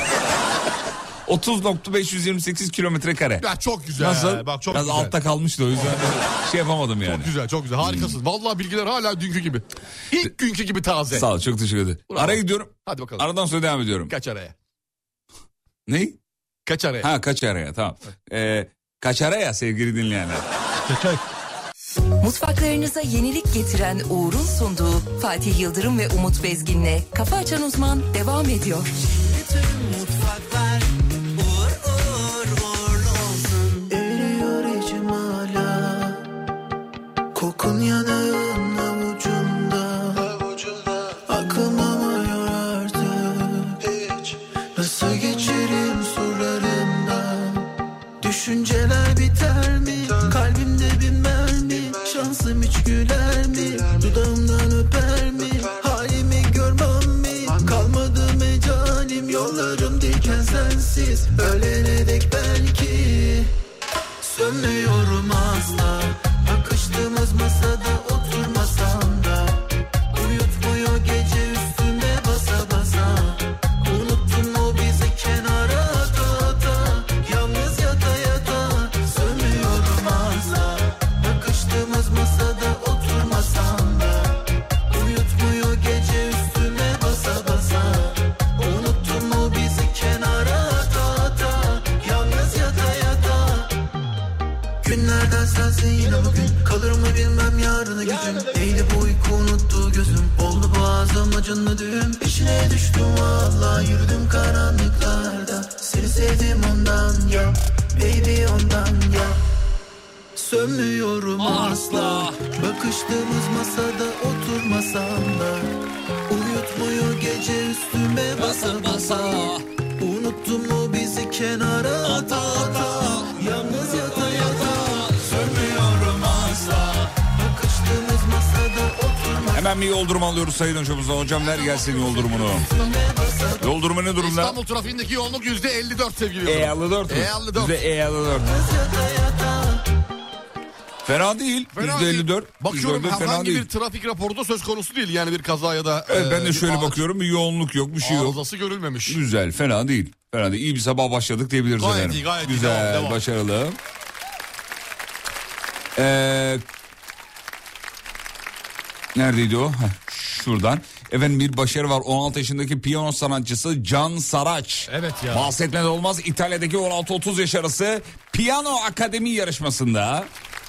30.528 kilometre kare. Ya çok güzel. Nasıl? Bak çok Biraz güzel. altta kalmıştı o yüzden şey yapamadım yani. Çok güzel. Harikasın. Vallahi bilgiler hala dünkü gibi. İlk günkü gibi taze. Sağ ol, çok teşekkür ederim. Bravo. Araya gidiyorum. Hadi bakalım. Aradan sonra devam ediyorum. Kaç araya? Ne? Kaç araya? Ha, kaç araya, tamam. Kaç araya sevgili dinleyenler. Mutfaklarınıza yenilik getiren Uğur'un sunduğu Fatih Yıldırım ve Umut Bezgin'le Kafa Açan Uzman devam ediyor. Mutfaklar uğur uğurlu olsun. Eriyor içim hala. Kokun yanağın avucumda. Akılmamıyor artık. Hiç. Nasıl geçerim sularından? Düşünceler biter mi? Kalbimde bir mermi. Şansım hiç güler mi? Dudağımdan öper mi? Halimi görmem mi? Kalmadı mecalim, yollarım diken sensiz. Ölene dek belki. Sönmüyorum asla. Bakıştığımız masada oturmasam da. Uyutmuyor gece üstüme basa basa. Unuttun mu bizi kenara ata ata. Yalnız yata yata. Sönmüyorum asla. Bakıştığımız masada oturmasam da. Uyutmuyor gece üstüme basa basa. Unuttun mu bizi kenara ata ata. Yalnız yata yata. Günlerden sensin yine bugün. Kalır mı bilmem yarını gücüm. Neydi bu uyku unuttu gözüm. Oldu boğazım acınlı düğüm. Peşine düştüm valla, yürüdüm karanlıklarda. Seni sevdim ondan ya. Baby ondan ya. Sönmüyorum asla. Bakıştığımız masada oturmasam da uyutmuyor gece üstüme basa basa. Unuttun mu bizi kenara ata ata. Yalnız yata yata. Sönmüyorum asla. Bakıştığımız masada oturmasam. Hemen bir yol durumu alıyoruz sayın hocamızdan. Hocam ver gelsin yol durumunu. Yol durumu ne durumda? İstanbul trafiğindeki yoğunluk %54 sevgili Yıldırım. E54 mi? E54. %54. Fena değil. %54. Bakıyorum %54 fena herhangi değil. bir trafik raporu da söz konusu değil. Yani bir kaza ya da... Evet, ben de bir şöyle araç bakıyorum. Bir yoğunluk yok, bir şey yok. arızası görülmemiş. Güzel, fena değil. Fena değil. İyi bir sabah başladık diyebiliriz Gayet efendim. iyi, gayet iyi. Güzel, Devam. başarılı. Neredeydi o? Şuradan. Efendim bir başarı var. 16 yaşındaki piyano sanatçısı Can Saraç. Evet ya. Bahsetmeden olmaz. İtalya'daki 16-30 yaş arası piyano akademi yarışmasında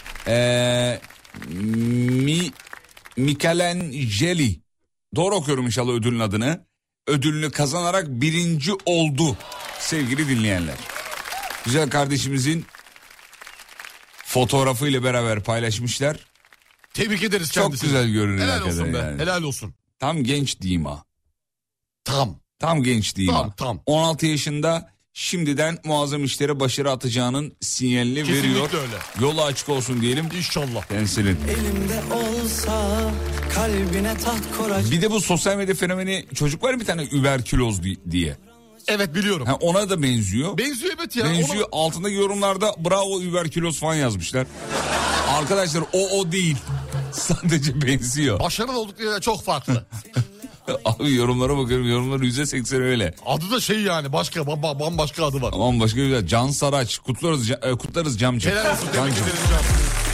Michelangeli, doğru okuyorum inşallah ödülün adını, ödülünü kazanarak birinci oldu sevgili dinleyenler. Güzel kardeşimizin fotoğrafıyla beraber paylaşmışlar. Tebrik ederiz Çok kendisini. güzel görünüyor. Helal olsun hakikaten be. yani. Helal olsun. Tam genç diyeyim ha. Tam genç diyeyim ha. Tam. 16 yaşında şimdiden muazzam işlere başarı atacağının sinyalini Kesinlikle veriyor. öyle. Yolu açık olsun diyelim. İnşallah. Temsilin. Elimde olsa kalbine taht kuracağım. Bir de bu sosyal medya fenomeni, çocuk var bir tane überküloz diye. Evet biliyorum. Ha, ona da benziyor. Benziyor evet ya. Benziyor. Altındaki yorumlarda bravo überküloz falan yazmışlar. Arkadaşlar o değil. Sadece benziyor. Başarılı oldukları çok farklı. Abi yorumlara bakıyorum. Yorumların %80 öyle. Adı da şey yani başka bambaşka adı var. Tamam, başka güzel. Can Saraç. Kutlarız Camcım. Helal olsun. Tebrik Cancım. ederim Can.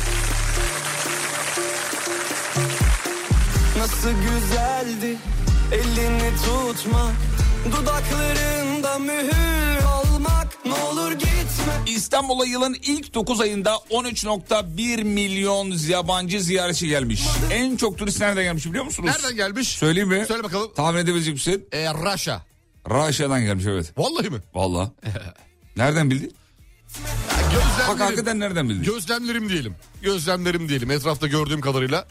Nasıl güzeldi elini tutmak, dudaklarında mühür olmak. Ne olur gitme. İstanbul'a yılın ilk 9 ayında 13.1 milyon yabancı ziyaretçi gelmiş. En çok turist nereden gelmiş biliyor musunuz? Nereden gelmiş? Söyleyeyim mi? Söyle bakalım. Tahmin edebilecek misin? Russia. Russia'dan gelmiş evet. Vallahi mi? Vallahi. Nereden bildin? Bak hakikaten nereden bildin? Gözlemlerim diyelim. Etrafta gördüğüm kadarıyla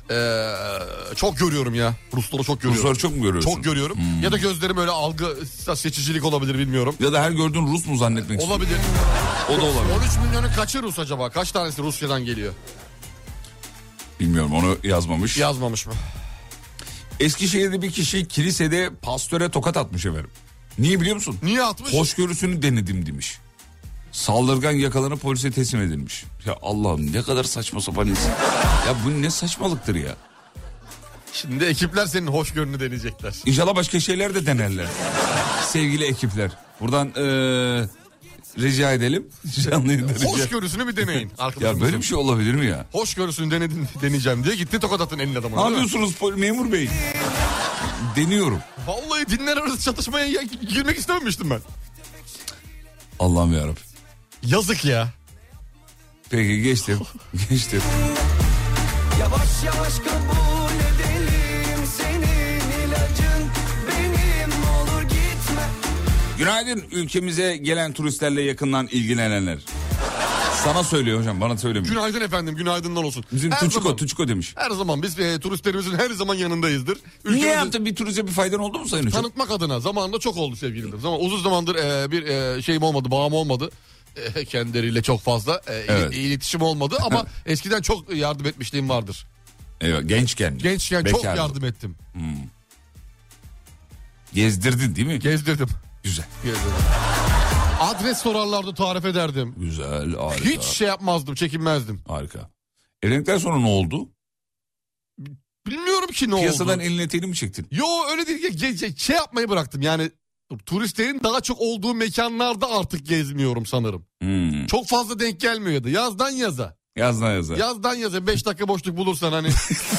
çok görüyorum ya. Rusları çok görüyorum. Rusları çok mu görüyorsun? Çok görüyorum. Ya da gözlerim öyle algı seçicilik olabilir bilmiyorum. Ya da her gördüğün Rus mu zannetmek istiyorsun? Olabilir. O da olabilir. 13 milyonu kaçı Rus acaba? Kaç tanesi Rusya'dan geliyor? Bilmiyorum, onu yazmamış. Yazmamış mı? Eskişehir'de bir kişi kilisede pastöre tokat atmış efendim. Niye biliyor musun? Niye atmış? Hoşgörüsünü denedim demiş. Saldırgan yakalanıp polise teslim edilmiş. Ya Allah'ım ne kadar saçma sapan insan. Ya bu ne saçmalıktır ya. Şimdi ekipler senin hoşgörünü deneyecekler. İnşallah başka şeyler de denerler. Sevgili ekipler. Buradan rica edelim. Canlı yayında rica- Hoşgörüsünü bir deneyin. Ya böyle bir şey olabilir mi ya? Hoşgörüsünü deneyeceğim diye gitti tokat attın elin adamına. Ne değil mi? yapıyorsunuz memur bey? Deniyorum. Vallahi dinler arası çatışmaya girmek istememiştim ben. Allah'ım yarabbim. Yazık ya. Peki geçtim. Geçtim. Yavaş yavaş kabul edelim, senin ilacın benim, olur gitme. Günaydın ülkemize gelen turistlerle yakından ilgilenenler. Sana söylüyor hocam, bana söylemiyor. Günaydın efendim, günaydınlar olsun. Bizim Her zaman- Tuçko demiş. Her zaman biz turistlerimizin her zaman yanındayızdır. Niye yaptın, bir turize bir faydan oldu mu sayın hocam? Tanıtmak adına zamanında çok oldu sevgilim. Uzun zamandır bir şeyim olmadı, bağım olmadı. Kendileriyle çok fazla Evet. iletişim olmadı ama eskiden çok yardım etmişliğim vardır. Evet, gençken. Gençken çok yardım ettim. Gezdirdin değil mi? Gezdirdim. Güzel. Adres sorarlardı, tarif ederdim. Güzel, harika. Hiç şey yapmazdım, çekinmezdim. Harika. Evlendikten sonra ne oldu? Bilmiyorum ki ne Piyasadan oldu. elini eteğini mi çektin? Yo öyle değil, şey yapmayı bıraktım yani. Turistlerin daha çok olduğu mekanlarda artık gezmiyorum sanırım. Çok fazla denk gelmiyordu. Yazdan yaza. Yazdan yaza. Yazdan yaza 5 dakika boşluk bulursan hani.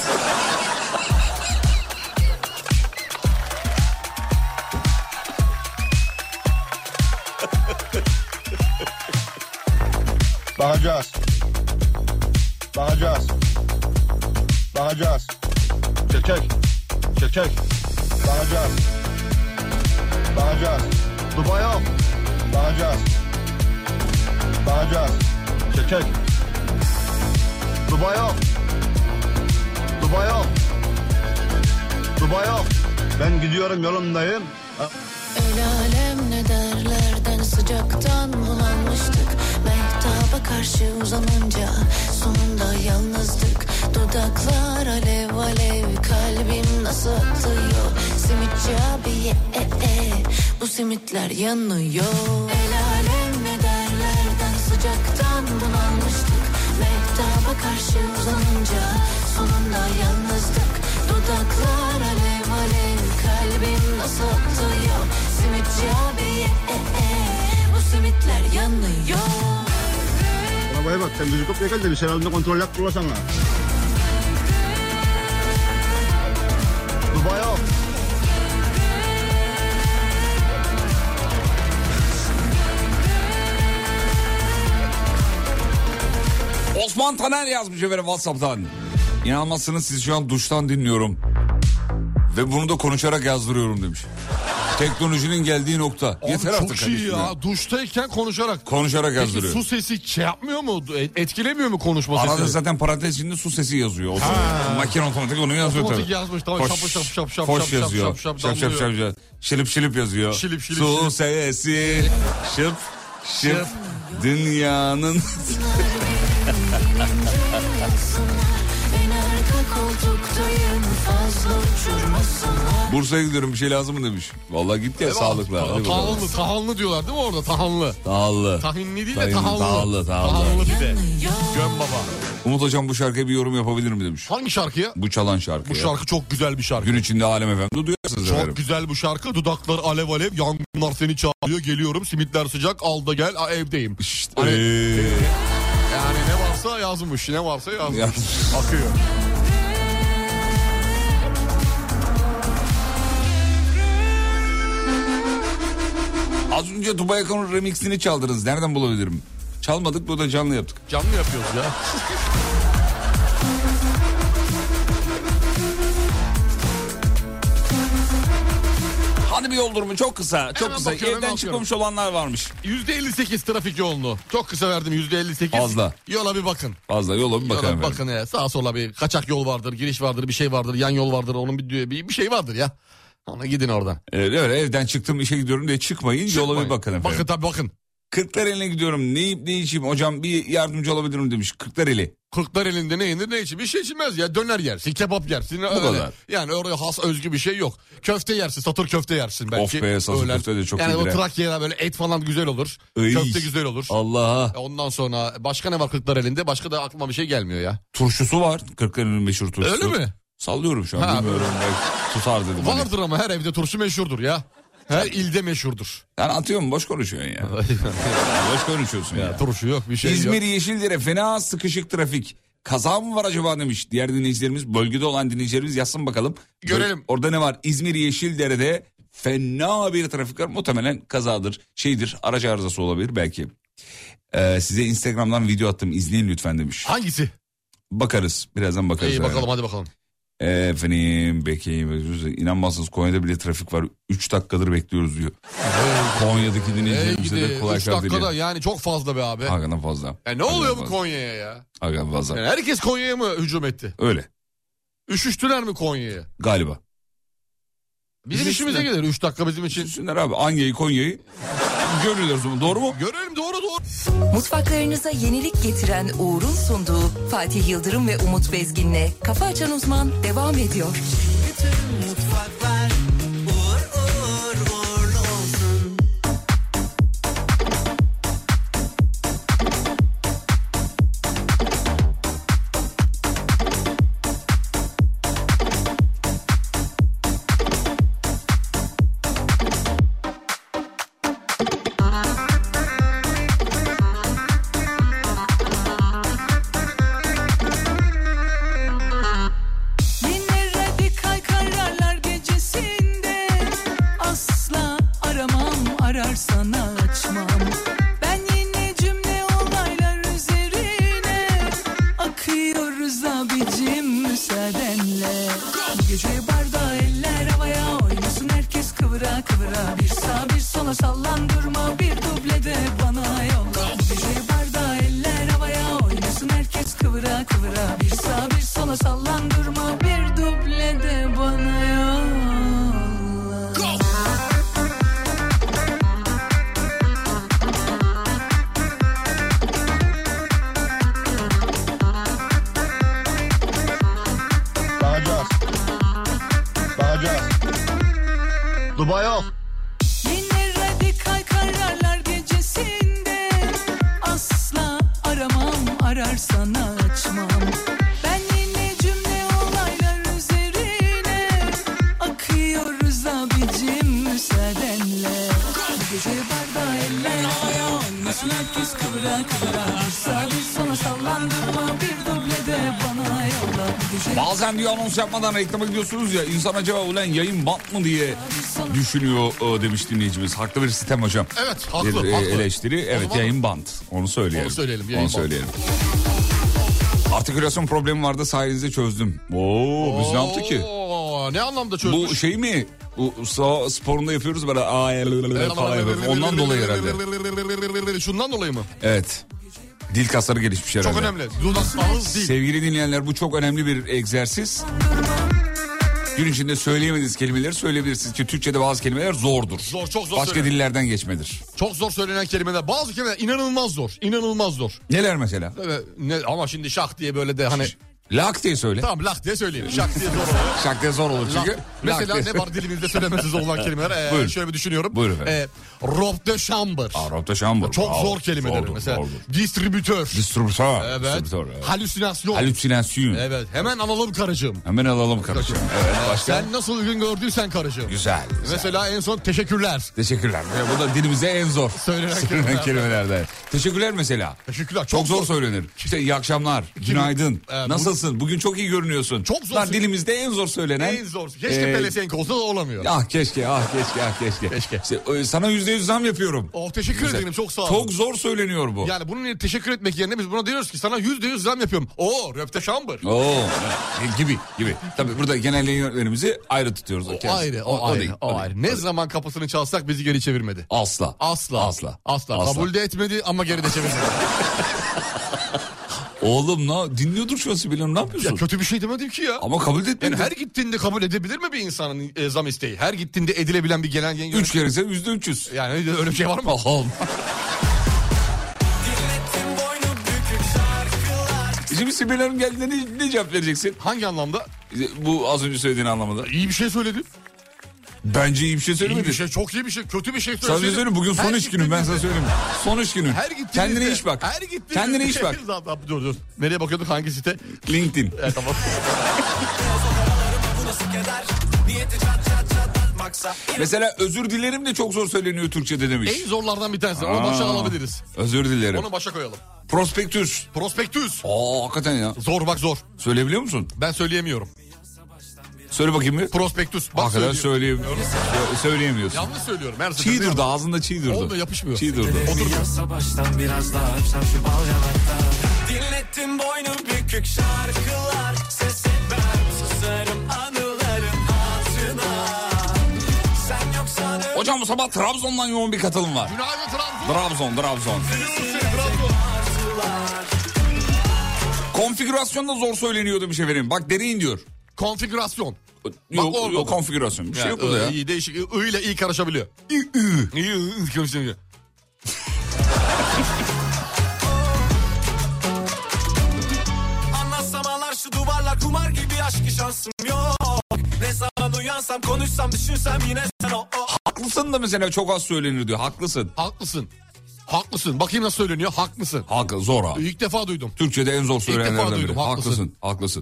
Bakacağız. Bakacağız. Bakacağız. Çekek. Çekek. Bakacağız. Bakacağız. Dubai yok. Bakacağız. Bakacağız. Çekek. Dubai yok. Dubai yok. Dubai yok. Ben gidiyorum, yolumdayım. El alem ne derlerden sıcaktan bunalmıştık. Mehtaba karşı uzanınca sonunda yalnızdık. Dudaklar alev alev, kalbim nasıl atıyor. Simitçi abi bu simitler yanıyor. El alem ne derlerden sıcaktan bunalmıştık. Mehtaba karşı uzanınca sonunda yalnızdık. Dudaklar alev alev, kalbim nasıl atıyor. Simitçi abi bu simitler yanıyor. Arabaya bak, sen düzgün kapıya gel de bir sen halinde kontrol yap, bulasana. Dubai yok. Osman Taner yazmış efendim WhatsApp'tan. İnanmazsınız, sizi şu an duştan dinliyorum. Ve bunu da konuşarak yazdırıyorum demiş. Teknolojinin geldiği nokta. Abi yeter artık. çok iyi ya. Duştayken konuşarak. Konuşarak yazdırıyor. Peki su sesi şey yapmıyor mu? Etkilemiyor mu konuşma sesini? Arada zaten parantez içinde su sesi yazıyor. Makine otomatik onu yazıyor tabii. Otomatik yazmış tamam. Foş yazıyor. Şap. Şılıp yazıyor. Şılıp. Su sesi. Şıp. Dünyanın. Bursa'ya gidiyorum, bir şey lazım mı demiş. Vallahi git ya, sağlıkla. Tahanlı diyorlar değil mi orada? Tahanlı. Tahinli değil de tahanlı. Tahanlı bir de. Göm baba. Umut hocam bu şarkıya bir yorum yapabilir mi demiş. Hangi şarkıya? Bu çalan şarkı. Bu şarkı çok güzel bir şarkı. Gün içinde Alem FM'de duyuyorsunuz çok efendim. Güzel bu şarkı. Dudaklar alev alev, yangınlar seni çağırıyor. Geliyorum, simitler sıcak, al da gel, evdeyim. İşte. Yani ne varsa yazmış. Akıyor. Az önce Dubai Akon'un remixini çaldınız. Nereden bulabilirim? Çalmadık, bu da canlı yaptık. Canlı yapıyoruz ya. Hadi bir yol durumu çok kısa. Çok kısa. Evden çıkmamış olanlar varmış. %58 trafik yoğunluğu. Çok kısa verdim, %58. Fazla. Yola bir bakın. Fazla yola bir bakın. Bakın ya, sağa sola bir kaçak yol vardır, giriş vardır, bir şey vardır, yan yol vardır. Onun bir şey vardır ya. Ona gidin oradan. Öyle evden çıktım işe gidiyorum diye çıkmayın. Yola bir bakın efendim. Bakın tabii bakın. Kırklareli'ne gidiyorum. Ne yiyip ne içeyim hocam, bir yardımcı olabilirim demiş. Kırklareli. Kırklareli'nde ne yenir ne içir? Bir şey içilmez ya. Döner yersin, kebap yersin. Bu kadar. Yani oraya has özgü bir şey yok. Köfte yersin, satır köfte yersin belki. Of be, satır köfte de çok iyi. Yani o Trakya'da böyle et falan güzel olur. Köfte güzel olur. Allah. Ondan sonra başka ne var Kırklareli'nde? Başka da aklıma bir şey gelmiyor ya. Turşusu var. Kırklareli'nin meşhur turşusu. Öyle mi? Sallıyorum şu an. Bilmiyorum. Tutar dedim. Vardır ama her evde turşu meşhurdur ya. Her ilde meşhurdur. Yani atıyorum, boş konuşuyorsun ya. Boş konuşuyorsun ya. Turşu yok, bir şey İzmir yok. Yeşildere fena sıkışık trafik. Kaza mı var acaba demiş diğer dinleyicilerimiz. Bölgede olan dinleyicilerimiz yazsın bakalım. Görelim. Orada ne var? İzmir Yeşildere'de fena bir trafik var. Muhtemelen kazadır, araç arızası olabilir belki. Size Instagram'dan video attım, izleyin lütfen demiş. Hangisi? Bakarız, birazdan bakarız. İyi bakalım, hadi bakalım. Efendim bekleyin, inanmazsınız Konya'da bile trafik var. 3 dakikadır bekliyoruz diyor. Konya'daki dinleyicilerimize de kolaylıklar diliyor. 3 dakikada yani çok fazla be abi. Hakikaten fazla. Ne oluyor bu Konya'ya ya? Hakikaten fazla. Yani herkes Konya'ya mı hücum etti? Öyle. Üşüştüler mi Konya'ya? Galiba. Bizim işimize gelir 3 dakika bizim için. Üşüşsünler abi, Anya'yı Konya'yı görüyoruz mu? Doğru mu? Görelim, doğru. Mutfaklarınıza yenilik getiren Uğur'un sunduğu Fatih Yıldırım ve Umut Bezgin'le Kafa Açan Uzman devam ediyor. Bütün mutfaklar uğurlu olsun. kıvıra. Bir sağ bir sola sallandırma, bir duble de bana yolla. Go! Dubai yok. Yine radikal kararlar gecesinde asla aramam, ararsan açmam. Ben yine cümle olaylar üzerine akıyoruz abicim müsaadenle. Gece bardağı eller ayağın, nasıl herkes kıvıra kıvıra. Bir sağ bir sola sallandırma, bir duble de bana yolla. Bazen diyor anons yapmadan reklama gidiyorsunuz ya, insan acaba ulan yayın bant mı diye düşünüyor demiş dinleyicimiz. Haklı bir sistem hocam. Evet, haklı. Bir haklı. eleştiri. Evet, zaman yayın bant. Onu söyleyelim. Onu söyleyelim, Onu yayın bant. söyleyelim. Artikülasyon problemi vardı, sayenizde çözdüm. Oo, biz ne yaptık ki? Ne anlamda çözmüş? Bu şey mi? Bu sporunda yapıyoruz böyle falan yapıyoruz. Ondan dolayı herhalde. Şundan dolayı mı? Evet. Dil kasları gelişmiş herhalde. Çok önemli. Dudak, değil. Sevgili dinleyenler, bu çok önemli bir egzersiz. Gün içinde söyleyemediğiniz kelimeleri söyleyebilirsiniz ki Türkçe'de bazı kelimeler zordur. Zor, çok zor. Başka dillerden geçmedir. Çok zor söylenen kelimeler. Bazı kelimeler inanılmaz zor. İnanılmaz zor. Neler mesela? Evet, ama şimdi şak diye böyle de hani... Lak diye söyle. Tamam, lak diye söyleyeyim. Şak diye zor olur. Şak diye zor olur çünkü. Mesela lak diye... ne var dilimizde söylemesi zor olan kelimeler? Buyurun. Şöyle bir düşünüyorum. Buyurun efendim. Robe de chambre. Robe de chambre. Çok zor kelimeler. Mesela zordur. distribütör. Distribütör. Evet. Distribütör, evet. Halüsinasyon. Halüsinasyon. Evet. Hemen alalım karıcığım. Hemen alalım karıcığım. Evet, başka? Sen nasıl uygun gördüysen karıcığım. Güzel. Mesela en son teşekkürler. Teşekkürler. Bu da dilimize en zor Söylenen kelimelerden. Teşekkürler mesela. Teşekkürler. Çok zor söylenir. İşte iyi akşamlar, günaydın, nasılsın, bugün çok iyi görünüyorsun. Çok zor. Lan dilimizde en zor söylenen. En zor. Keşke Pelesenk olsa da olamıyor. Keşke. İşte, sana %100 zam yapıyorum. Teşekkür Mesela, ederim, çok sağ ol. Çok zor söyleniyor bu. Yani bunun teşekkür etmek yerine biz buna diyoruz ki sana %100 zam yapıyorum. Robe de chambre. Gibi. Tabii burada genel yayın yönetmenimizi ayrı tutuyoruz. O ayrı. Ne zaman kapısını çalsak bizi geri çevirmedi. Asla. Kabul de etmedi ama geri de çevirmedi. Oğlum dinliyordur şu an Sibel Hanım, ne yapıyorsun? Ya kötü bir şey demedim ki ya. Ama kabul etmedi. Yani her gittiğinde kabul edebilir mi bir insanın zam isteği? Her gittiğinde edilebilen bir genel yayın 3 kere ise %300. Yani öyle bir şey var mı? Şimdi Sibel Hanım geldiğinde ne cevap vereceksin? Hangi anlamda? Bu az önce söylediğin anlamında. İyi bir şey söyledim. Bence iyi bir şey söylemedin. İyi bir şey, çok iyi bir şey, kötü bir şey söyledim. Sana söyleyeyim, bugün son iş günüm, ben sana söyleyeyim. Son iş günün. Kendine iş bak. Kendine iş bak. Dur. Nereye bakıyorduk, hangi site? LinkedIn. Evet, tamam. Mesela özür dilerim de çok zor söyleniyor Türkçe'de demiş. En zorlardan bir tanesi. Onu başa alabiliriz. Özür dilerim. Onu başa koyalım. Prospektüs. Hakikaten ya. Zor, bak zor. Söyleyebiliyor musun? Ben söyleyemiyorum. Söyle bakayım bir. Prospektüs. Bak söyleyemiyorsun. Yanlış söylüyorum. Çiğ durdu, ağzında çiğ durdu. Olmuyor, yapışmıyor. Çiğ durdu. Yazsa baştan biraz daha öpsem şu bal yanakta. Dinlettin boynu bükük şarkılar. Sesi ben susarım anıların hatırına. Sen yoksan... Hocam bu sabah Trabzon'dan yoğun bir katılım var. Günaydın Trabzon. Konfigürasyonda zor söyleniyor demiş efendim. Bak deneyin diyor. Konfigürasyon. Yok konfigürasyon. Bir şey yok burada ya. İyi, değişik. I ile i karışabiliyor. İyi karışabiliyor. Anlatsamalar şu duvarlar kumar gibi, aşkı şansım yok. Ne zaman uyansam, konuşsam, düşünsem yine sen o. Haklısın da mesela çok az söylenir diyor. Haklısın. Bakayım nasıl söyleniyor. Haklısın. Zor abi. İlk defa duydum. Türkçe'de en zor söylenenlerden biri. duydum, Haklısın.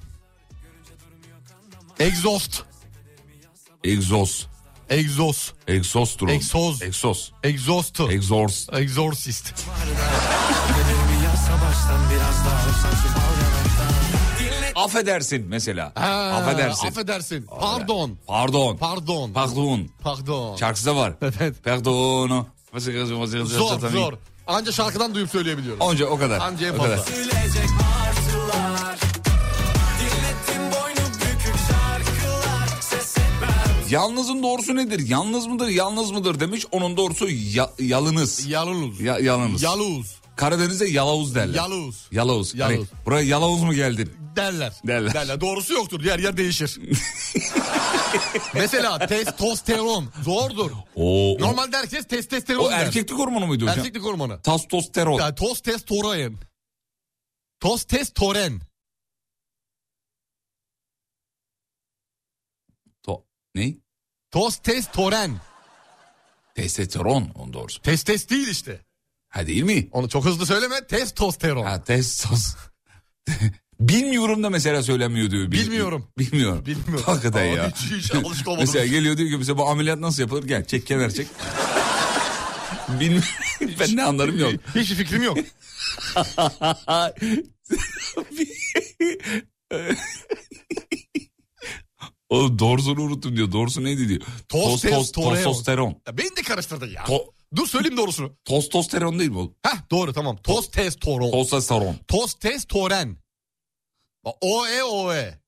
Exhaust. Exhaust'tur. Exorcist. Affedersin mesela. Affedersin. Pardon. Şarkısı da var. Evet. Pardon. Zor. Anca şarkıdan duyup söyleyebiliyoruz. Anca o kadar. Anca en fazla. Yalnızın doğrusu nedir? Yalnız mıdır demiş. Onun doğrusu yalınız. Yalınız. Yalınız. Karadeniz'de yalavuz derler. Yalavuz. Hani buraya yalavuz mu geldin? Derler. Doğrusu yoktur. Yer değişir. Mesela testosteron zordur. Normalde herkes testosteron o der. erkeklik hormonu muydu hocam? Erkeklik hormonu. Testosteron. Yani Tostestoren. Ne? Tostestoren. Testosteron onun doğrusu. Testes değil işte. Ha değil mi? Onu çok hızlı söyleme. Testosteron. Ha Bilmiyorum da mesela söylemiyor diyor. Bilmiyorum. Hakikaten ya. Hiç alışık olmadım. Mesela geliyor diyor ki mesela bu ameliyat nasıl yapılır? Gel çek kemer çek. Ben ne anlarım yok. Hiç fikrim yok. Oğlum doğrusunu unuttum diyor. Doğrusu neydi diyor. Testosteron. Ya beni de karıştırdın ya. Dur söyleyeyim doğrusunu. Testosteron değil mi oğlum? Heh doğru tamam. Tostestoren. Tostestoren. Oe.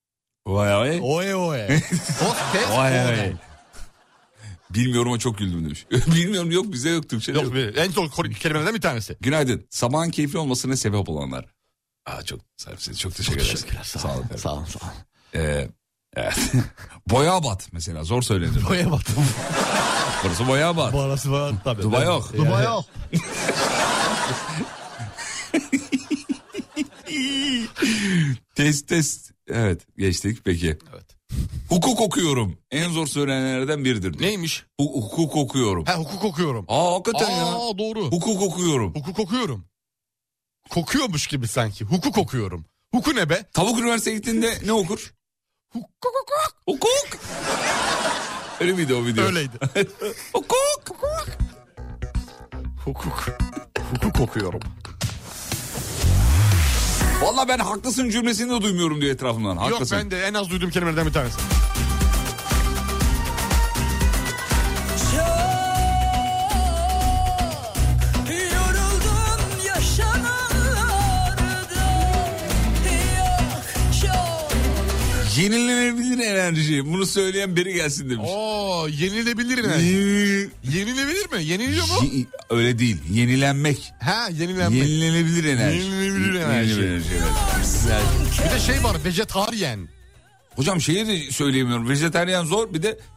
Tostestoren. Bilmiyorum ama çok güldüm demiş. Bilmiyorum yok bize yok Türkçe. Yok. En zor kelimelerden bir tanesi. Günaydın. Sabahın keyifli olmasına sebep olanlar. Çok teşekkür ederiz. Sağ olun. Evet. Boyabat mesela zor söylenir. Boyabat. Burası Boyabat. Burası var tabii. Dubai yok. Dubai yok. Test. Evet geçtik peki. Evet. Hukuk okuyorum. En zor söylenenlerden biridir. Neymiş? Hukuk okuyorum. Hukuk okuyorum. Hakikaten ya. Doğru. Hukuk okuyorum. Hukuk okuyorum. Kokuyormuş gibi sanki. Hukuk okuyorum. Huku ne be? Tavuk üniversiteye gittiğinde ne okur? Hukuk. Öyle miydi o video? Öyleydi. Hukuk okuyorum. Vallahi ben haklısın cümlesini de duymuyorum diyor etrafımdan. Haklısın. Yok ben de en az duyduğum kelimelerden bir tanesi. Yenilenebilir enerji. Bunu söyleyen biri gelsin demiş. Yenilebilir enerji. Yenilebilir mi? Yeniliyor mu? Öyle değil. Yenilenmek. Yenilenmek. Yenilenebilir enerji. Yenilenebilir enerji. Evet. Bir de şey var vejetaryen. Hocam şeyi de söyleyemiyorum. Vejetaryen zor. Bir de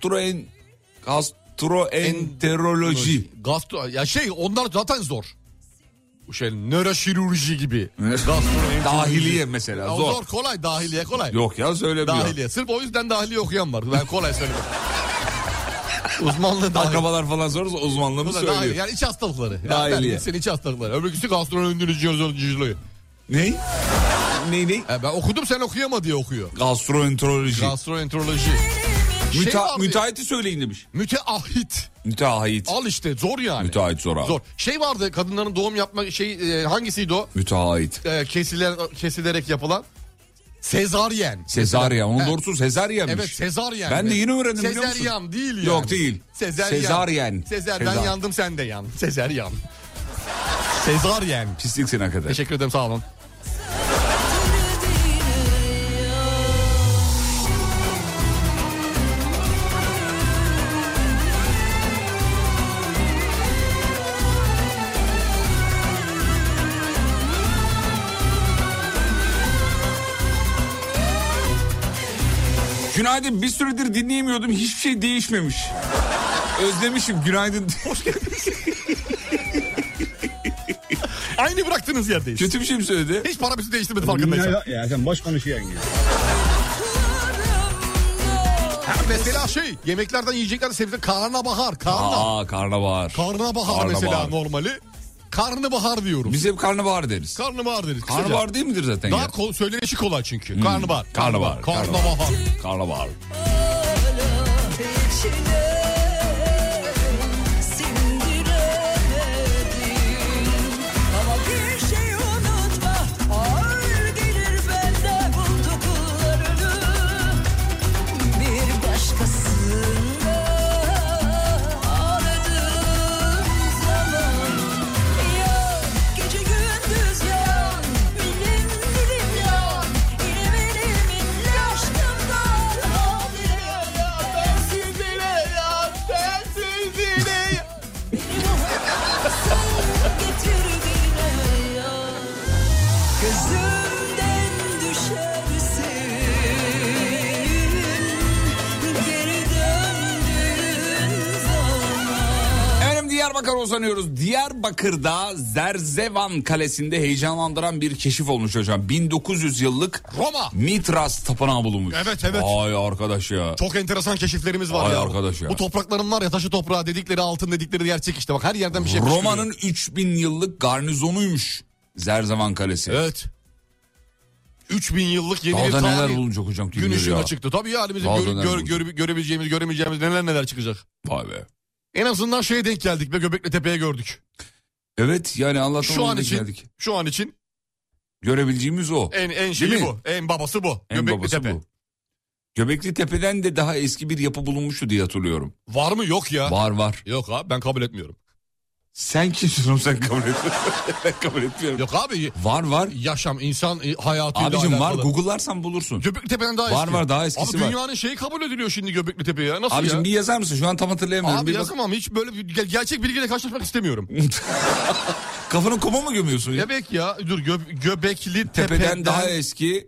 gastroenteroloji. Onlar zaten zor. Bu nöroşirurji gibi. Dahiliye mesela zor. Zor kolay dahiliye kolay. Yok ya söylemiyor. Dahiliye. Sırf o yüzden dahiliye okuyan var. Ben kolay söylemiyorum. Uzmanlığı dahiliye. Akrabalar falan sorarsa uzmanlığımı söylüyor. Yani iç hastalıkları. Dahiliye. Senin iç hastalıkları. Öbürküsü gastroenteroloji. Ne? Ben okudum sen okuyama diye okuyor. Gastroenteroloji. Müteahhiti söyleyin demiş. Müteahhit. Al işte zor yani. Müteahhit zor abi. Zor. Vardı kadınların doğum yapma hangisiydi o? Müteahhit. Kesilerek yapılan. Sezaryen. Onun doğrusu sezaryenmiş. Evet sezaryen. Ben de yeni öğrendim biliyor musun? Sezaryen değil yani. Yok değil. Sezaryen. Ben yandım sen de yan. Sezaryen. Pisliksin hakikaten. Teşekkür ederim sağ olun. Günaydın, bir süredir dinleyemiyordum, hiçbir şey değişmemiş. Özlemişim, günaydın. Hoş geldiniz. Aynı bıraktığınız yerdeyiz. Kötü bir şey mi söyledi? Hiç paramızı değiştirmedi farkındaysan. Ya sen boş konuşuyorsun ya. Mesela yemeklerden yiyeceklerden sebze karnabahar. Karnabahar mesela normali. Karnabahar diyoruz. Biz hep karnabahar deriz. Karnabahar değil midir zaten? Daha söylenişi kolay çünkü. Karnabahar. Diyarbakır'a uzanıyoruz. Diyarbakır'da Zerzevan Kalesi'nde heyecanlandıran bir keşif olmuş hocam. 1900 yıllık Roma Mitras tapınağı bulunmuş. Evet. Ay arkadaş ya. Çok enteresan keşiflerimiz var Ay ya. arkadaş ya. Bu toprakların var ya, taşı toprağı dedikleri, altın dedikleri gerçek işte. Bak her yerden bir şey çıkıyor. Roma'nın 3000 yıllık garnizonuymuş Zerzevan Kalesi. Evet. 3000 yıllık yeni Daha bir da tarih. neler bulunacak hocam kim Gün bilir ışığına ya. çıktı. Tabii yani bizim Daha da neler görebileceğimiz, göremeyeceğimiz neler çıkacak. Vay be. En azından şeye denk geldik ve Göbekli Tepe'ye gördük. Evet yani Allah'tan geldik. Şu an için görebileceğimiz o. En şeyi bu. En babası bu. En Göbekli babası Tepe. bu. Göbekli Tepe'den de daha eski bir yapı bulunmuştu diye hatırlıyorum. Var mı? Yok ya. Var. Yok abi, ben kabul etmiyorum. Sen kimsin oğlum, sen kabul etmiyorsun. Ben kabul etmiyorum. Yok abi. Var. Yaşam, insan hayatıyla Abicim alakalı. var, Google'larsan bulursun. Göbekli Tepe'den daha eski. Var daha eskisi abi var. dünyanın şeyi kabul ediliyor şimdi Göbekli Tepe ya. Nasıl Abicim ya? bir yazar mısın? Şu an tam hatırlayamıyorum. Abi bir yazamam, hiç böyle bir gerçek bilgiyle karşılaşmak istemiyorum. Kafanı kuma mı gömüyorsun ya? Göbek ya. Dur, Göbekli Tepeden daha eski.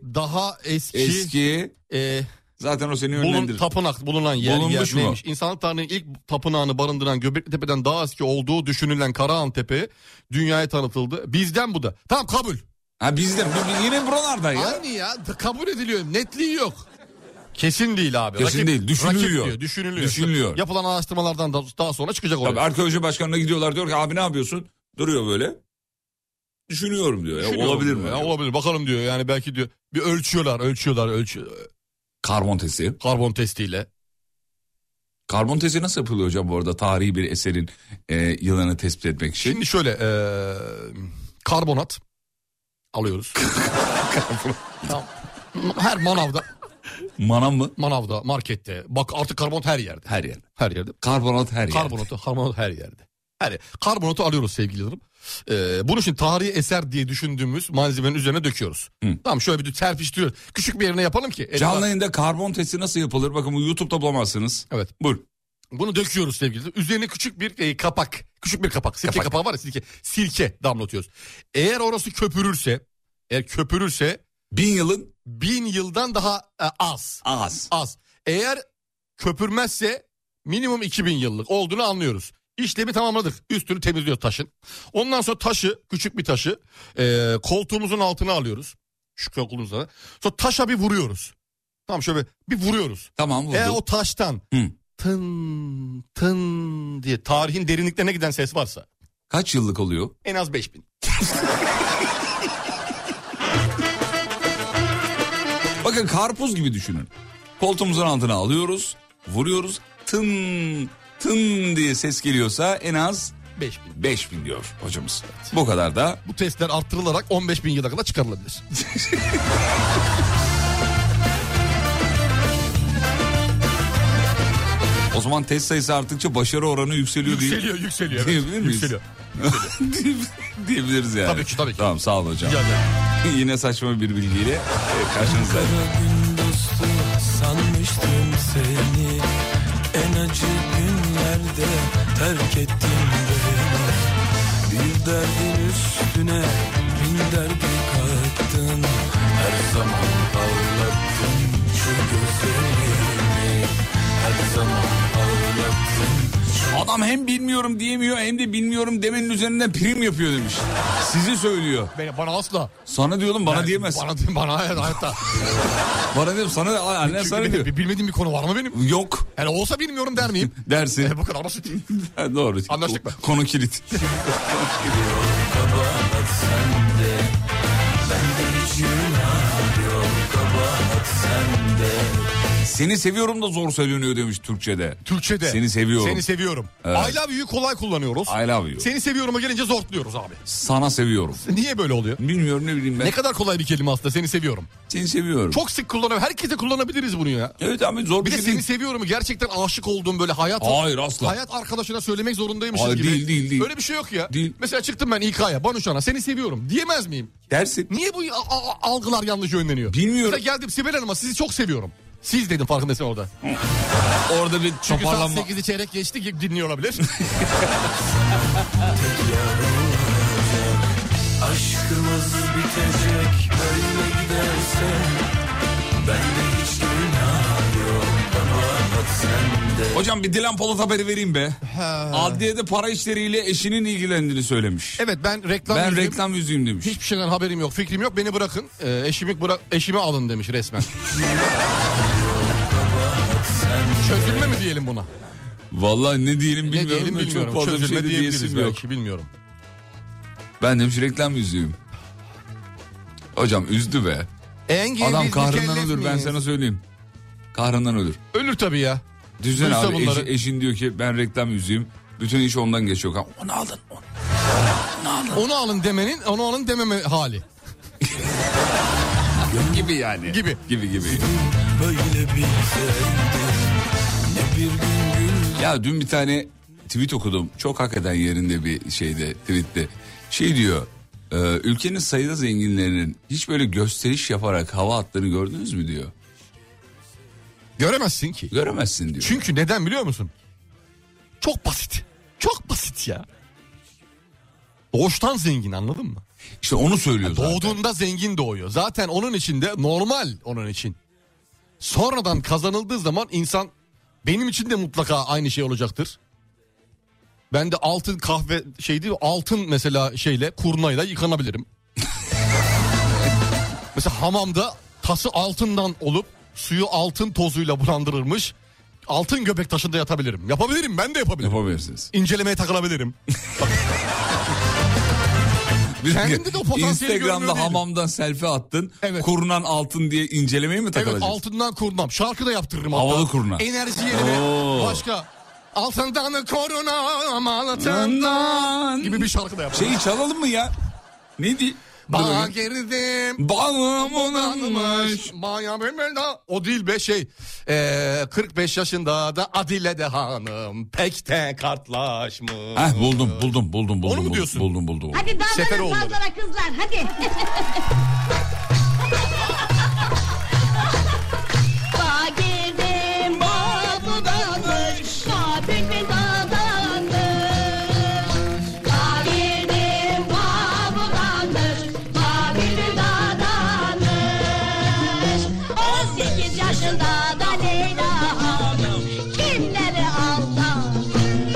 Zaten o seni yönlendirir. Tapınak bulunan yer. Bulunmuş mu? Neymiş? İnsanlık tarihinin ilk tapınağını barındıran Göbekli Tepe'den daha eski olduğu düşünülen Karahan Tepe dünyaya tanıtıldı. Bizden bu da. Tamam, kabul. Ha bizden. Yine buralardan ya. Aynı ya. Kabul ediliyor. Netliği yok. Kesin değil abi. Kesin değil. Düşünülüyor. Diyor, düşünülüyor. Yapılan araştırmalardan daha sonra çıkacak oraya. Tabii arkeoloji başkanına gidiyorlar, diyor ki abi ne yapıyorsun? Duruyor böyle. Düşünüyorum diyor. Ya, olabilir mi? Ya, olabilir. Bakalım diyor. Yani belki diyor. Bir ölçüyorlar. Karbon testi. Karbon testiyle. Karbon testi nasıl yapılıyor hocam bu arada tarihi bir eserin yılını tespit etmek için? Şimdi şöyle karbonat alıyoruz. Tamam. Her manavda. Manav mı? Manavda, markette. Bak artık karbonat her yerde. Her yerde. Her yerde. Karbonat her yerde. Karbonat her yerde. Karbonatı alıyoruz sevgili yıldırım. Bunu şimdi tarihi eser diye düşündüğümüz malzemenin üzerine döküyoruz. Tamam, şöyle bir serpiştiriyoruz. Küçük bir yerine yapalım ki. Canlı yayında karbon testi nasıl yapılır? Bakın bu YouTube'da bulamazsınız. Evet. Buyur. Bunu döküyoruz sevgili yıldırım. Üzerine küçük bir kapak. Küçük bir kapak. Sirke kapağı var ya, sirke damlatıyoruz. Eğer orası köpürürse 1000 yıldan daha az. Eğer köpürmezse minimum 2000 yıllık olduğunu anlıyoruz. İşlemi tamamladık. Üstünü temizliyor taşın. Ondan sonra küçük bir taşı koltuğumuzun altına alıyoruz. Şu koltuğumuzda. Sonra taşa bir vuruyoruz. Tamam, şöyle bir vuruyoruz. Tamam, vurduk. Eğer o taştan tın diye tarihin derinliklerine giden ses varsa. Kaç yıllık oluyor? En az 5000. Bakın karpuz gibi düşünün. Koltuğumuzun altına alıyoruz, vuruyoruz, tın diye ses geliyorsa en az 5000 diyor hocamız. Evet. Bu kadar da. Bu testler arttırılarak 15.000 yıla kadar çıkarılabilir. O zaman test sayısı arttıkça başarı oranı yükseliyor. Yükseliyor. Evet. Diyebilir miyiz? Yükseliyor. Diyebiliriz yani. Tabii ki. Tamam, sağ ol hocam. Yine saçma bir bilgiyle karşınızda. Gün dostu sanmıştım seni, en acı günlerde terk ettin beni. Bir derdin üstüne bin derdi kattın, her zaman ağlattın şu gözlerimi, her zaman ağlattın. Adam hem bilmiyorum diyemiyor hem de bilmiyorum demenin üzerinden prim yapıyor demiş. Sizi söylüyor. Bana asla. Sana diyordum, bana diyemez. Bana hayatta. Bana diyorum, sana annen sana diyor. Bilmediğim bir konu var mı benim? Yok. Yani olsa bilmiyorum der miyim? Dersin. Bu kadar basit. Doğru. Anlaştık mı? Konu kilit. Kabahat sende, bende hiç günah yok. Kabahat sende. Seni seviyorum da zor söyleniyor demiş Türkçe'de. Seni seviyorum. Evet. I love you'yu kolay kullanıyoruz. I love you. Seni seviyorum'a gelince zorluyoruz abi. Sana seviyorum. Niye böyle oluyor? Bilmiyorum, ne bileyim ben. Ne kadar kolay bir kelime aslında, seni seviyorum. Seni seviyorum. Çok sık kullanabiliriz. Herkese kullanabiliriz bunu ya. Evet abi, zor bir bir de şey seni seviyorum'u gerçekten aşık olduğum böyle Hayır, asla. hayat arkadaşına söylemek zorundaymışız Hayır, gibi. değil. Öyle bir şey yok ya. Değil. Mesela çıktım ben İK'ya, Banuşan'a seni seviyorum diyemez miyim? Dersin. Niye bu algılar yanlış yönleniyor? Bilmiyorum. Mesela geldim Sibel Hanım'a, sizi çok seviyorum. Siz dedim, farkındasın orada. Orada bir Çünkü toparlanma. saat 8'i çeyrek geçti ki dinliyor olabilir. Aşkımız bitecek böyle giderse, bende hiç günah yok. Kabahat sende, Hocam bir Dilan Polat haberi vereyim be. Adliyede para işleriyle eşinin ilgilendiğini söylemiş. Evet ben reklam yüzüğüm demiş. Hiçbir şeyden haberim yok, fikrim yok. Beni bırakın. Eşimi alın demiş resmen. Çözülme mi diyelim buna? Vallahi ne diyelim bilmiyorum. Ne diyelim bilmiyorum. Çok fazla bir şey de diyesim yok. Belki, bilmiyorum. Ben demiş reklam yüzüğüm. Hocam üzdü be. Adam kahrından ölür, ben sana söyleyeyim. Kahrından ölür. Ölür tabii ya. Düşünsene abi eşin diyor ki ben reklam yüzüğüm. Bütün iş ondan geçiyor. Onu alın. Onu alın demenin, onu alın dememe hali. Gibi yani. Gibi. Böyle bir Ya dün bir tane tweet okudum. Çok hakikaten yerinde bir şeyde, tweette. Şey diyor. Ülkenin sayıda zenginlerinin hiç böyle gösteriş yaparak hava attığını gördünüz mü diyor. Göremezsin ki. Göremezsin diyor. Çünkü neden biliyor musun? Çok basit. Çok basit ya. Doğuştan zengin, anladın mı? İşte onu söylüyor zaten. Doğduğunda zengin doğuyor. Zaten onun için de normal onun için. Sonradan kazanıldığı zaman insan, benim için de mutlaka aynı şey olacaktır. Ben de altın kahve altın mesela kurnayla yıkanabilirim. Mesela hamamda tası altından olup suyu altın tozuyla bulandırılmış altın göbek taşında yatabilirim. Yapabilirim, ben de yapabilirim. Yapabilirsiniz. İncelemeye takılabilirim. Kendimde de o potansiyeli Instagram'da hamamdan selfie attın. Evet. Kurunan altın diye incelemeye mi takılacaksın? Evet, altından kurnam. Şarkı da yaptırırım hatta. Havalı kurna. Enerji yerine başka. Altından korunam altından gibi bir şarkı da yaptırırım. Şeyi çalalım mı ya? Neydi? Bağa girdim. Bağım onanmış. O değil be 45 yaşında da Adile de hanım pek de kartlaşmış. Buldum. Onu mu diyorsun? Buldum. Hadi davranın fazla kızlar hadi. Bağa girdim bağ budanmış. Kapil bir dağdanmış. Bağa girdim bağ budanmış. Kapil bir dağdanmış. 18 yaşında da Leyla hanım kimleri aldanmış.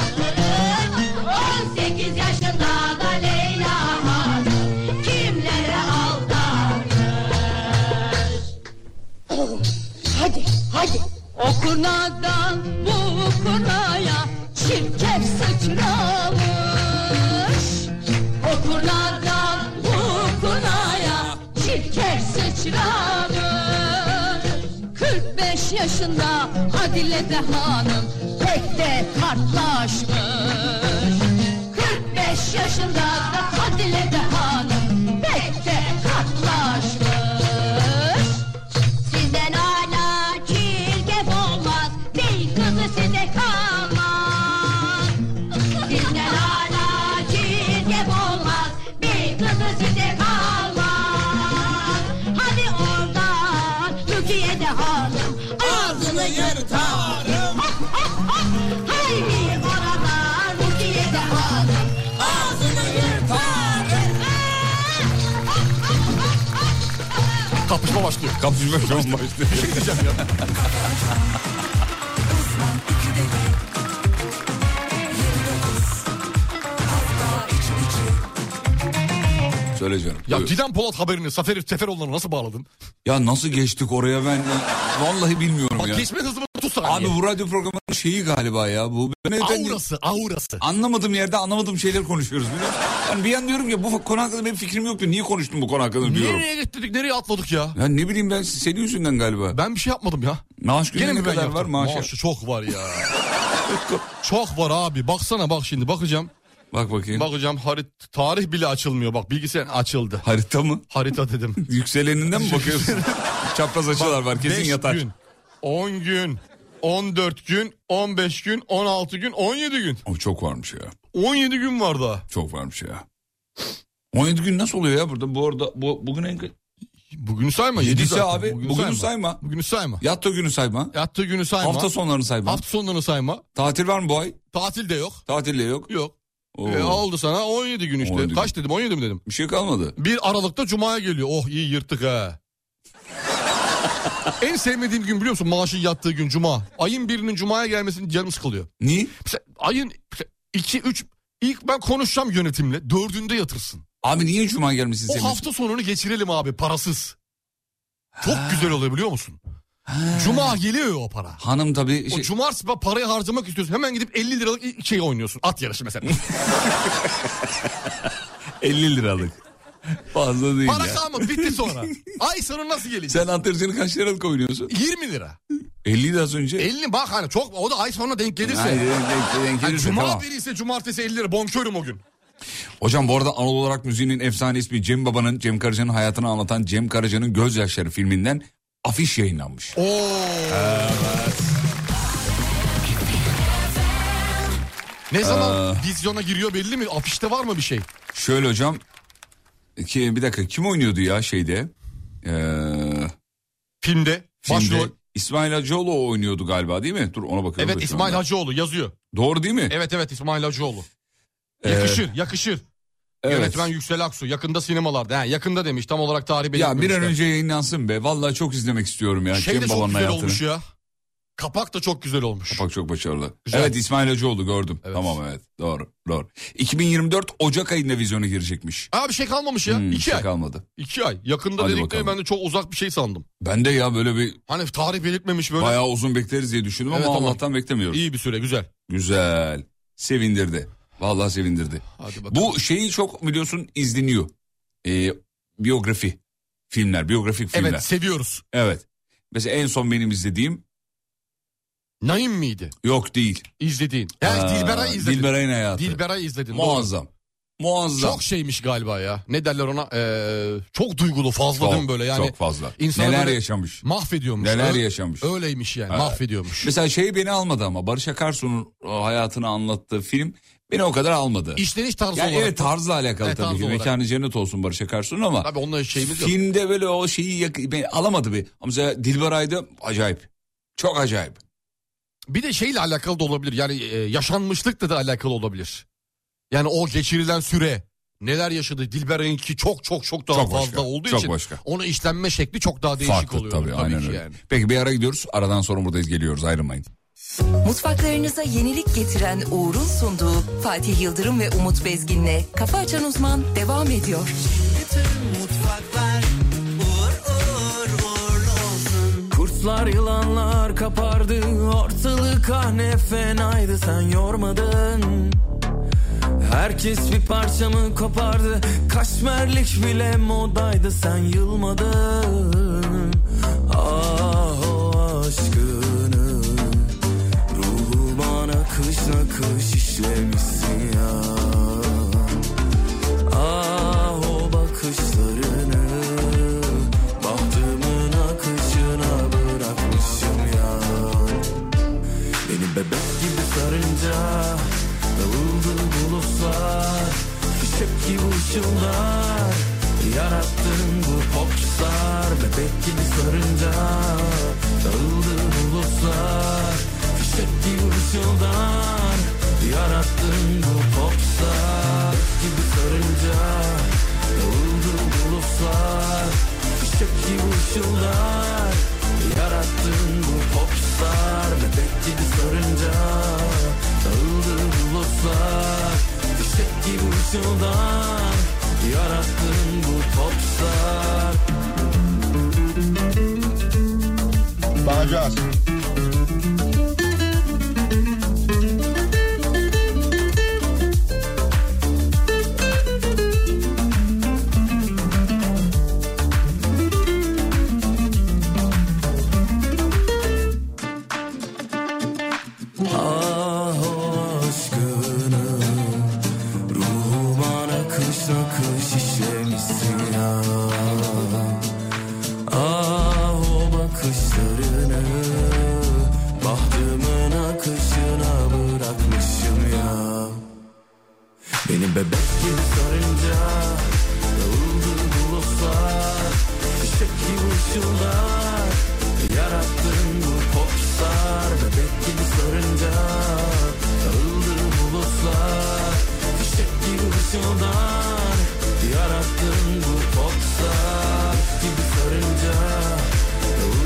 18 yaşında da Leyla hanım kimleri aldanmış. Hadi. O kurnadan bu kurnaya çirkef sıçramış. O kurnadan bu kurnaya çirkef sıçramış. 45 yaşında Adile de hanım pek de kartlaşmış. 45 yaşında da Adile de hanım pek de kartlaşmış. Sizden hala çirkef olmaz, bey kızı size kalmaz. Sizden hala çirkef olmaz, bey kızı size kalmaz. Hadi oradan Türkiye'de hanım ağzını yırtarım. Haydi oradan Türkiye'de hanım ağzını yırtarım. Kapışma başlıyor. Bir şey diyeceğim ya. Söyle canım. Ya Buyur. Dilan Polat haberini Seferoğlu'na nasıl bağladın? Ya nasıl geçtik oraya ben vallahi bilmiyorum Bak ya. geçme hızımı tutsana. Abi bu radyo programının şeyi galiba ya. Bu Aurası. Anlamadığım yerde anlamadığım şeyler konuşuyoruz. Yani bir an diyorum ya bu konu hakkında benim fikrim yoktu. Niye konuştum bu konu hakkında diyorum. Nereye gittik, nereye atladık ya? Ya ne bileyim ben senin yüzünden galiba. Ben bir şey yapmadım ya. Maaş günü ne kadar var maaşı? Maaşı çok var ya. Çok var abi. Baksana bak şimdi bakacağım. Bak bakayım. Bakacağım tarih bile açılmıyor. Bak bilgisayar açıldı. Harita mı? Harita dedim. Yükseleninden mi bakıyorsun? Çapraz açılar var kesin 5 yatar. gün, 10 gün, 14 gün, 15 gün, 16 gün, 17 gün. O çok varmış ya. 17 gün var daha. Çok varmış ya. 17 gün nasıl oluyor ya burada? Bugün en... Bugünü sayma. 7'si abi. Bugünü sayma. Bugünü sayma. Yattığı günü sayma. Yattığı günü sayma. Hafta sonlarını sayma. Hafta sonlarını sayma. Tatil var mı bu ay? Tatil de yok. Tatil de yok. Yok. Oldu sana 17 gün işte. 17 Kaç dedim 17 mi dedim? Bir şey kalmadı. 1 Aralık'ta Cuma'ya geliyor. Oh iyi yırttık ha. En sevmediğim gün biliyor musun? Maaşın yattığı gün cuma. Ayın birinin cumaya gelmesinin canım sıkılıyor. Niye? Mesela ayın 2, 3 ilk ben konuşacağım yönetimle. 4'ünde yatırsın. Abi niye cuma gelmesin O sevmiyorsun? hafta sonunu geçirelim abi parasız. Çok güzel oluyor biliyor musun? Cuma geliyor o para. Hanım tabii. O cumartesi parayı harcamak istiyorsun. Hemen gidip 50 liralık şey oynuyorsun. At yarışı mesela. 50 liralık. Fazla değil Para ya. kalmadı bitti sonra. Ay sonu nasıl gelecek? Sen at yarışını kaç liralık oynuyorsun? 20 lira. 50 de az önce. 50 bak hani çok o da ay sonra denk gelirse. Hayır, denk gelirse Cuma tamam. biri ise cumartesi 50 lira bonkörüm o gün. Hocam bu arada Anadolu Rock müziğinin efsane ismi Cem Baba'nın Cem Karaca'nın hayatını anlatan Cem Karaca'nın Gözyaşları filminden afiş yayınlanmış. Oo. Evet. Ne zaman vizyona giriyor belli mi? Afişte var mı bir şey? Şöyle hocam. Bir dakika kim oynuyordu ya şeyde? Filmde. Başrol. İsmail Hacıoğlu oynuyordu galiba değil mi? Dur ona bakalım. Evet İsmail Hacıoğlu yazıyor. Doğru değil mi? Evet İsmail Hacıoğlu. Yakışır. Evet. Yönetmen Yüksel Aksu. Yakında sinemalarda. Yakında demiş tam olarak tarih belirtmemişler. Ya bir an önce yayınlansın be. Vallahi çok izlemek istiyorum ya. Şey Cem de çok Baba'nın güzel hayatını. olmuş ya. Kapak da çok güzel olmuş. Kapak çok başarılı. Güzel. Evet İsmail Hacıoğlu gördüm. Evet. Tamam evet doğru. 2024 Ocak ayında vizyona girecekmiş. Bir şey kalmamış ya. 2 şey ay. kalmadı. 2 ay. Yakında Hadi dedikleri bakalım. ben de çok uzak bir şey sandım. Ben de ya böyle bir... Hani tarih belirtmemiş böyle. Bayağı uzun bekleriz diye düşündüm ama Allah'tan beklemiyoruz. İyi bir süre güzel. Güzel. Sevindirdi. Vallahi sevindirdi. Hadi bakalım. Bu şeyi çok biliyorsun izleniyor. Biyografi filmler, biyografik filmler. Evet seviyoruz. Evet. Mesela en son benim izlediğim... Naim miydi? Yok değil. İzlediğin. Dilberay izledin. Dilberay'ın hayatı. Dilberay izledin. Muazzam. Doğru. Muazzam. Çok şeymiş galiba ya. Ne derler ona? Çok duygulu fazla değil mi böyle? Yani çok fazla. İnsanları Neler yaşamış. Mahvediyormuş. Neler yaşamış. Öyleymiş yani Evet. mahvediyormuş. Mesela şey beni almadı ama Barış Akarsu'nun hayatını anlattığı film beni o kadar almadı. İşleniş tarzı yani olarak. evet tarzla alakalı Evet, tabii tarzı ki. olarak. Mekanı cennet olsun Barış Akarsu'nun ama. Tabii onunla şeyimiz yok. Filmde böyle o şeyi beni alamadı bir. Ama mesela Dilberay'da acayip. Çok acayip. Bir de şeyle alakalı da olabilir. Yani yaşanmışlıkla da alakalı olabilir. Yani o geçirilen süre. Neler yaşadı Dilberay'ınki çok daha Çok fazla başka, olduğu çok için başka. onu işlenme şekli çok daha değişik Farklı oluyor. tabii aynen ki öyle. yani. Peki bir ara gidiyoruz. Aradan sonra buradayız, geliyoruz, ayrılmayın. Mutfaklarınıza yenilik getiren Uğur'un sunduğu Fatih Yıldırım ve Umut Bezgin'le Kafa Açan Uzman devam ediyor. Mutfaklar uğurlu olsun. Kurtlar yılanlar kapardı, ortalık ne fenaydı, sen yormadın. Herkes bir parçamı kopardı, kaşmerlik bile modaydı, sen yılmadın. Ah o aşkını ruhuma nakış işlemişsin ya. Ah o bakışlarını bahtımın akışına bırakmışım ya. Beni bebek gibi sarınca dağıldı bulutlar, fişek gibi ışıldar. Yarattın bu popstar, bebek gibi sarınca dağıldı bulutlar, fişek gibi ışıldar. Yarattın bu popstar, gibi sarınca dağıldı bulutlar, fişek gibi ışıldar. Yarattın bu popstar, bebek gibi sarınca dağıldı bulutlar, fişek gibi ışıldar. Yarattın bu popstar. Bakacağız. Ah o aşkını ruhuma nakış işlemişsin ya. Ah o bakışlarını bahtımın akışına bırakmışım ya. Beni bebek gibi sarınca dağıldı bulutlar, fişek gibi ışıldar. Yarattın bu popstar, bebek gibi sarınca dağıldı bulutlar, fişek gibi ışıldar. Yarattın bu popstar gibi sarınca dağıldı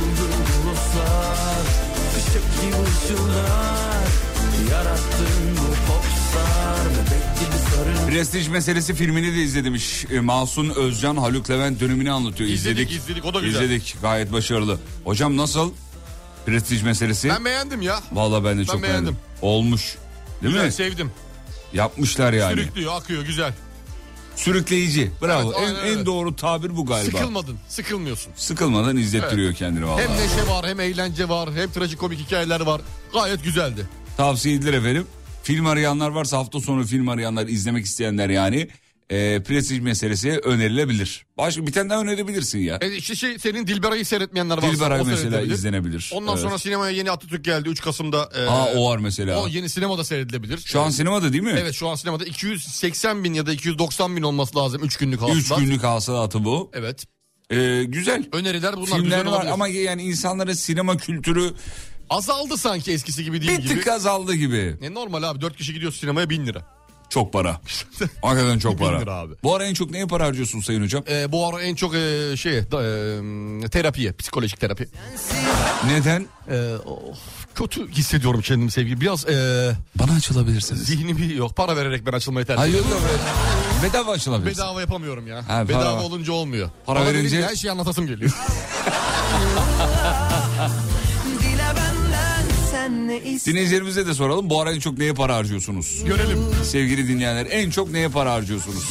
ışıldar. Yarattın bu popstar bebek gibi sarıl. Prestij Meselesi filmini de izlemiş. Mahsun Özcan, Haluk Levent dönemini anlatıyor. İzledik, o da güzel. İzledik, gayet başarılı. Hocam nasıl? Prestij Meselesi. Ben beğendim ya. Vallahi ben de çok beğendim. Olmuş. Değil güzel, mi? sevdim. Yapmışlar yani. Sürüklüyor, akıyor, güzel. Sürükleyici. Bravo. Evet, en doğru tabir bu galiba. Sıkılmıyorsun. Sıkılmadan izlettiriyor kendini vallahi. Hem neşe var, hem eğlence var, hem trajikomik hikayeler var. Gayet güzeldi. Tavsiye edilir efendim. Film arayanlar varsa, hafta sonu film arayanlar, izlemek isteyenler yani. Prestij Meselesi önerilebilir. Başka bir tane daha önerebilirsin ya. İşte senin Dilberay'ı seyretmeyenler varsa Dilberay mesela izlenebilir. Ondan sonra sinemaya yeni Atatürk geldi 3 Kasım'da. O var mesela. O yeni sinemada seyredilebilir. Şu an sinemada değil mi? Evet, şu an sinemada 280 bin ya da 290 bin olması lazım 3 günlük hasılat. 3 günlük hasılatı bu. Evet. Güzel. Öneriler bunlar. Filmler güzel var olabilir. ama yani insanların sinema kültürü azaldı sanki eskisi gibi değil bir gibi. tık azaldı gibi. Normal abi, 4 kişi gidiyor sinemaya 1000 lira. Çok para. Hakikaten çok 1000 para. lira abi. Bu ara en çok neye para harcıyorsun Sayın Hocam? Bu ara en çok terapiye, psikolojik terapi. Neden? Kötü hissediyorum kendimi sevgili. Biraz bana açılabilirsiniz. Zihnimi yok. Para vererek ben açılmayı tercih Hayır ediyorum. bedava açılabilirsin. Bedava yapamıyorum ya. Ha, bedava olunca olmuyor. Para verince her şeyi anlatasım geliyor. dinleyicilerimize de soralım. Bu ara en çok neye para harcıyorsunuz? Görelim. Sevgili dinleyenler, en çok neye para harcıyorsunuz?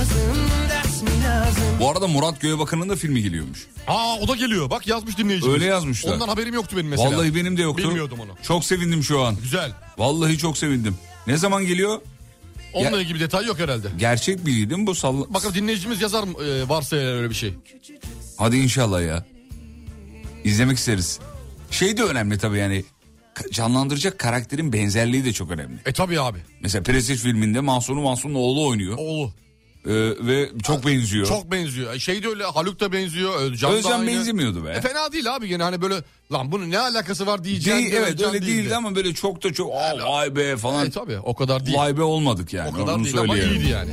Bu arada Murat Göğebakan'ın da filmi geliyormuş. O da geliyor. Bak yazmış dinleyicimiz. Öyle yazmışlar. Ondan haberim yoktu benim mesela. Vallahi benim de yoktu. Bilmiyordum onu. Çok sevindim şu an. Güzel. Vallahi çok sevindim. Ne zaman geliyor? Onunla ilgili bir detay yok herhalde. Gerçek bilgi değil mi bu? Bakalım dinleyicimiz yazar mı varsa öyle bir şey. Hadi inşallah ya. İzlemek isteriz. Şey de önemli tabii yani. Canlandıracak karakterin benzerliği de çok önemli. Tabii abi. Mesela Prestij filminde Mahsun'un oğlu oynuyor. Oğlu. Ve çok benziyor. Çok benziyor. Şey de öyle, Haluk da benziyor. Özcan benzemiyordu be. Fena değil abi, gene hani böyle lan bunun ne alakası var diyeceğim. Değil, evet öyle değildi ama böyle çok vay be falan. Tabii o kadar değil. Vay be olmadık yani. O kadar onu değil ama iyiydi yani.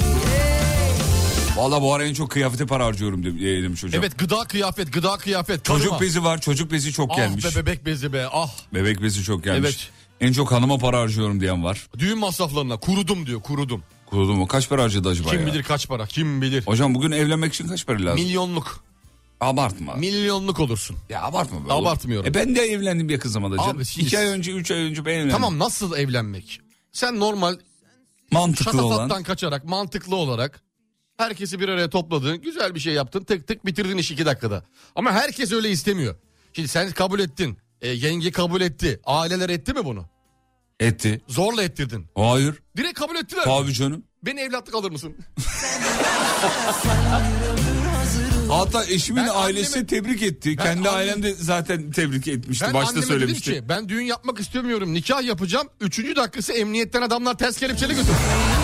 Valla bu ara en çok kıyafete para harcıyorum demiş hocam. Evet, gıda kıyafet. Çocuk hanıma. bezi var, çocuk bezi çok gelmiş. Be bebek bezi be Bebek bezi çok gelmiş. Evet. En çok hanıma para harcıyorum diyen var. Düğün masraflarına kurudum diyor. Kuruldu mu? Kaç para harcadı acaba Kim ya? bilir kaç para, kim bilir. Hocam bugün evlenmek için kaç para lazım? Milyonluk. Abartma. Milyonluk olursun. Ya abartma be. Abartmıyorum. Ben de evlendim yakın zamanda canım. Abi, 2 ay önce 3 ay önce ben evlendim. Tamam, nasıl evlenmek? Sen normal mantıklı olan. şatafattan kaçarak, mantıklı olarak herkesi bir araya topladın, güzel bir şey yaptın, tık tık bitirdin işi 2 dakikada. Ama herkes öyle istemiyor. Şimdi sen kabul ettin, yenge kabul etti, aileler etti mi bunu? Etti. Zorla ettirdin. Hayır. Direkt kabul ettiler. Tabii canım. Beni evlatlık alır mısın? Hatta eşimin ailesi tebrik etti. Kendi ailem de zaten tebrik etmişti. Başta söylemişti. Dedim ki ben düğün yapmak istemiyorum, nikah yapacağım. 3. dakikası emniyetten adamlar ters kelepçeli götürdü.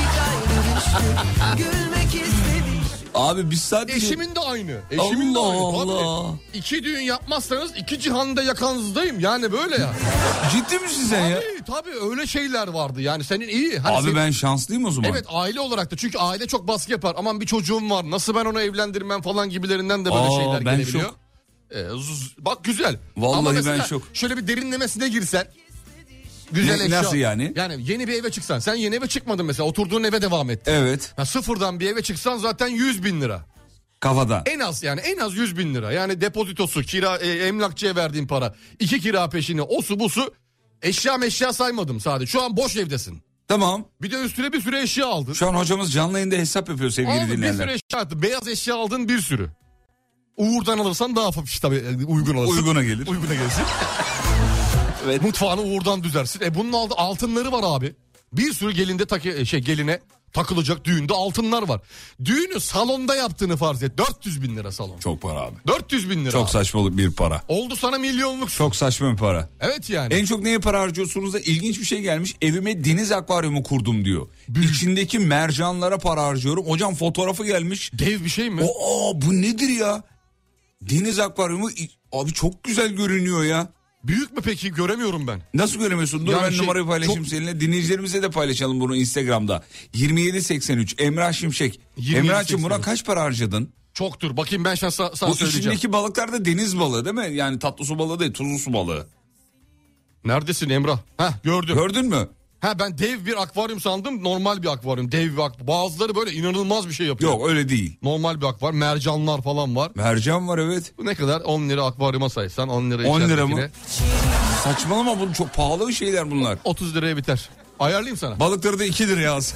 Abi biz sadece... Eşimin de aynı. Eşimin de aynı. Allah. Tabii. 2 düğün yapmazsanız 2 cihanda yakanızdayım. Yani böyle ya. Ciddi misin sen ya? Tabii öyle şeyler vardı. Yani senin iyi. Hani abi ben şanslıyım o zaman. Evet, aile olarak da. Çünkü aile çok baskı yapar. Aman bir çocuğum var, nasıl ben onu evlendirmem falan gibilerinden de böyle şeyler gelebiliyor. Şok. Bak güzel. Vallahi ama mesela ben şok. Şöyle bir derinlemesine girsen. Güzel eşya. Nasıl yani? Yani yeni bir eve çıksan. Sen yeni eve çıkmadın mesela. Oturduğun eve devam ettin. Evet. Sıfırdan bir eve çıksan zaten 100.000 lira. Kafadan. En az 100.000 lira. Yani depozitosu, kira, emlakçıya verdiğin para, 2 kira peşini, osu busu, eşya saymadım sadece. Şu an boş evdesin. Tamam. Bir de üstüne bir sürü eşya aldın. Şu an hocamız canlı yayında hesap yapıyor sevgili dinleyenler. Bir sürü eşya aldın. Beyaz eşya aldın bir sürü. Uğur'dan alırsan daha hafif tabii uygun alırsın. Uyguna gelir. Uyguna gelsin. Evet. Mutfağını Uğur'dan düzersin. Bunun altınları var abi. Bir sürü gelinde geline takılacak düğünde altınlar var. Düğünü salonda yaptığını farz et. 400.000 lira salon. Çok para abi. 400.000 lira. Çok saçma bir para. Oldu sana milyonluk. Çok saçma bir para. Evet yani. En çok neye para harcıyorsunuz da ilginç bir şey gelmiş. Evime deniz akvaryumu kurdum diyor. İçindeki mercanlara para harcıyorum. Hocam fotoğrafı gelmiş. Dev bir şey mi? Bu nedir ya? Deniz akvaryumu abi çok güzel görünüyor ya. Büyük mü peki? Göremiyorum ben. Nasıl göremiyorsun? Dur ben numarayı paylaşayım seninle. Dinleyicilerimize de paylaşalım bunu Instagram'da. 2783 Emrah Şimşek. Emrah'cığım buna kaç para harcadın? Çoktur. Bakayım ben sana bu söyleyeceğim. içindeki balıklar da deniz balığı değil mi? Yani tatlı su balığı değil, tuzlu su balığı. Neredesin Emrah? Heh, gördüm. Gördün mü? Ha, ben dev bir akvaryum sandım, normal bir akvaryum. Dev bir akvaryum. Bazıları böyle inanılmaz bir şey yapıyor. Yok öyle değil. Normal bir akvaryum. Mercanlar falan var. Mercan var evet. Bu ne kadar? 10 lira akvaryuma saysan 10 lira. 10 lira mı? Saçmalama, bu çok pahalı şeyler bunlar. 30 liraya biter. Ayarlayayım sana. Balıkları da 2 liraya az.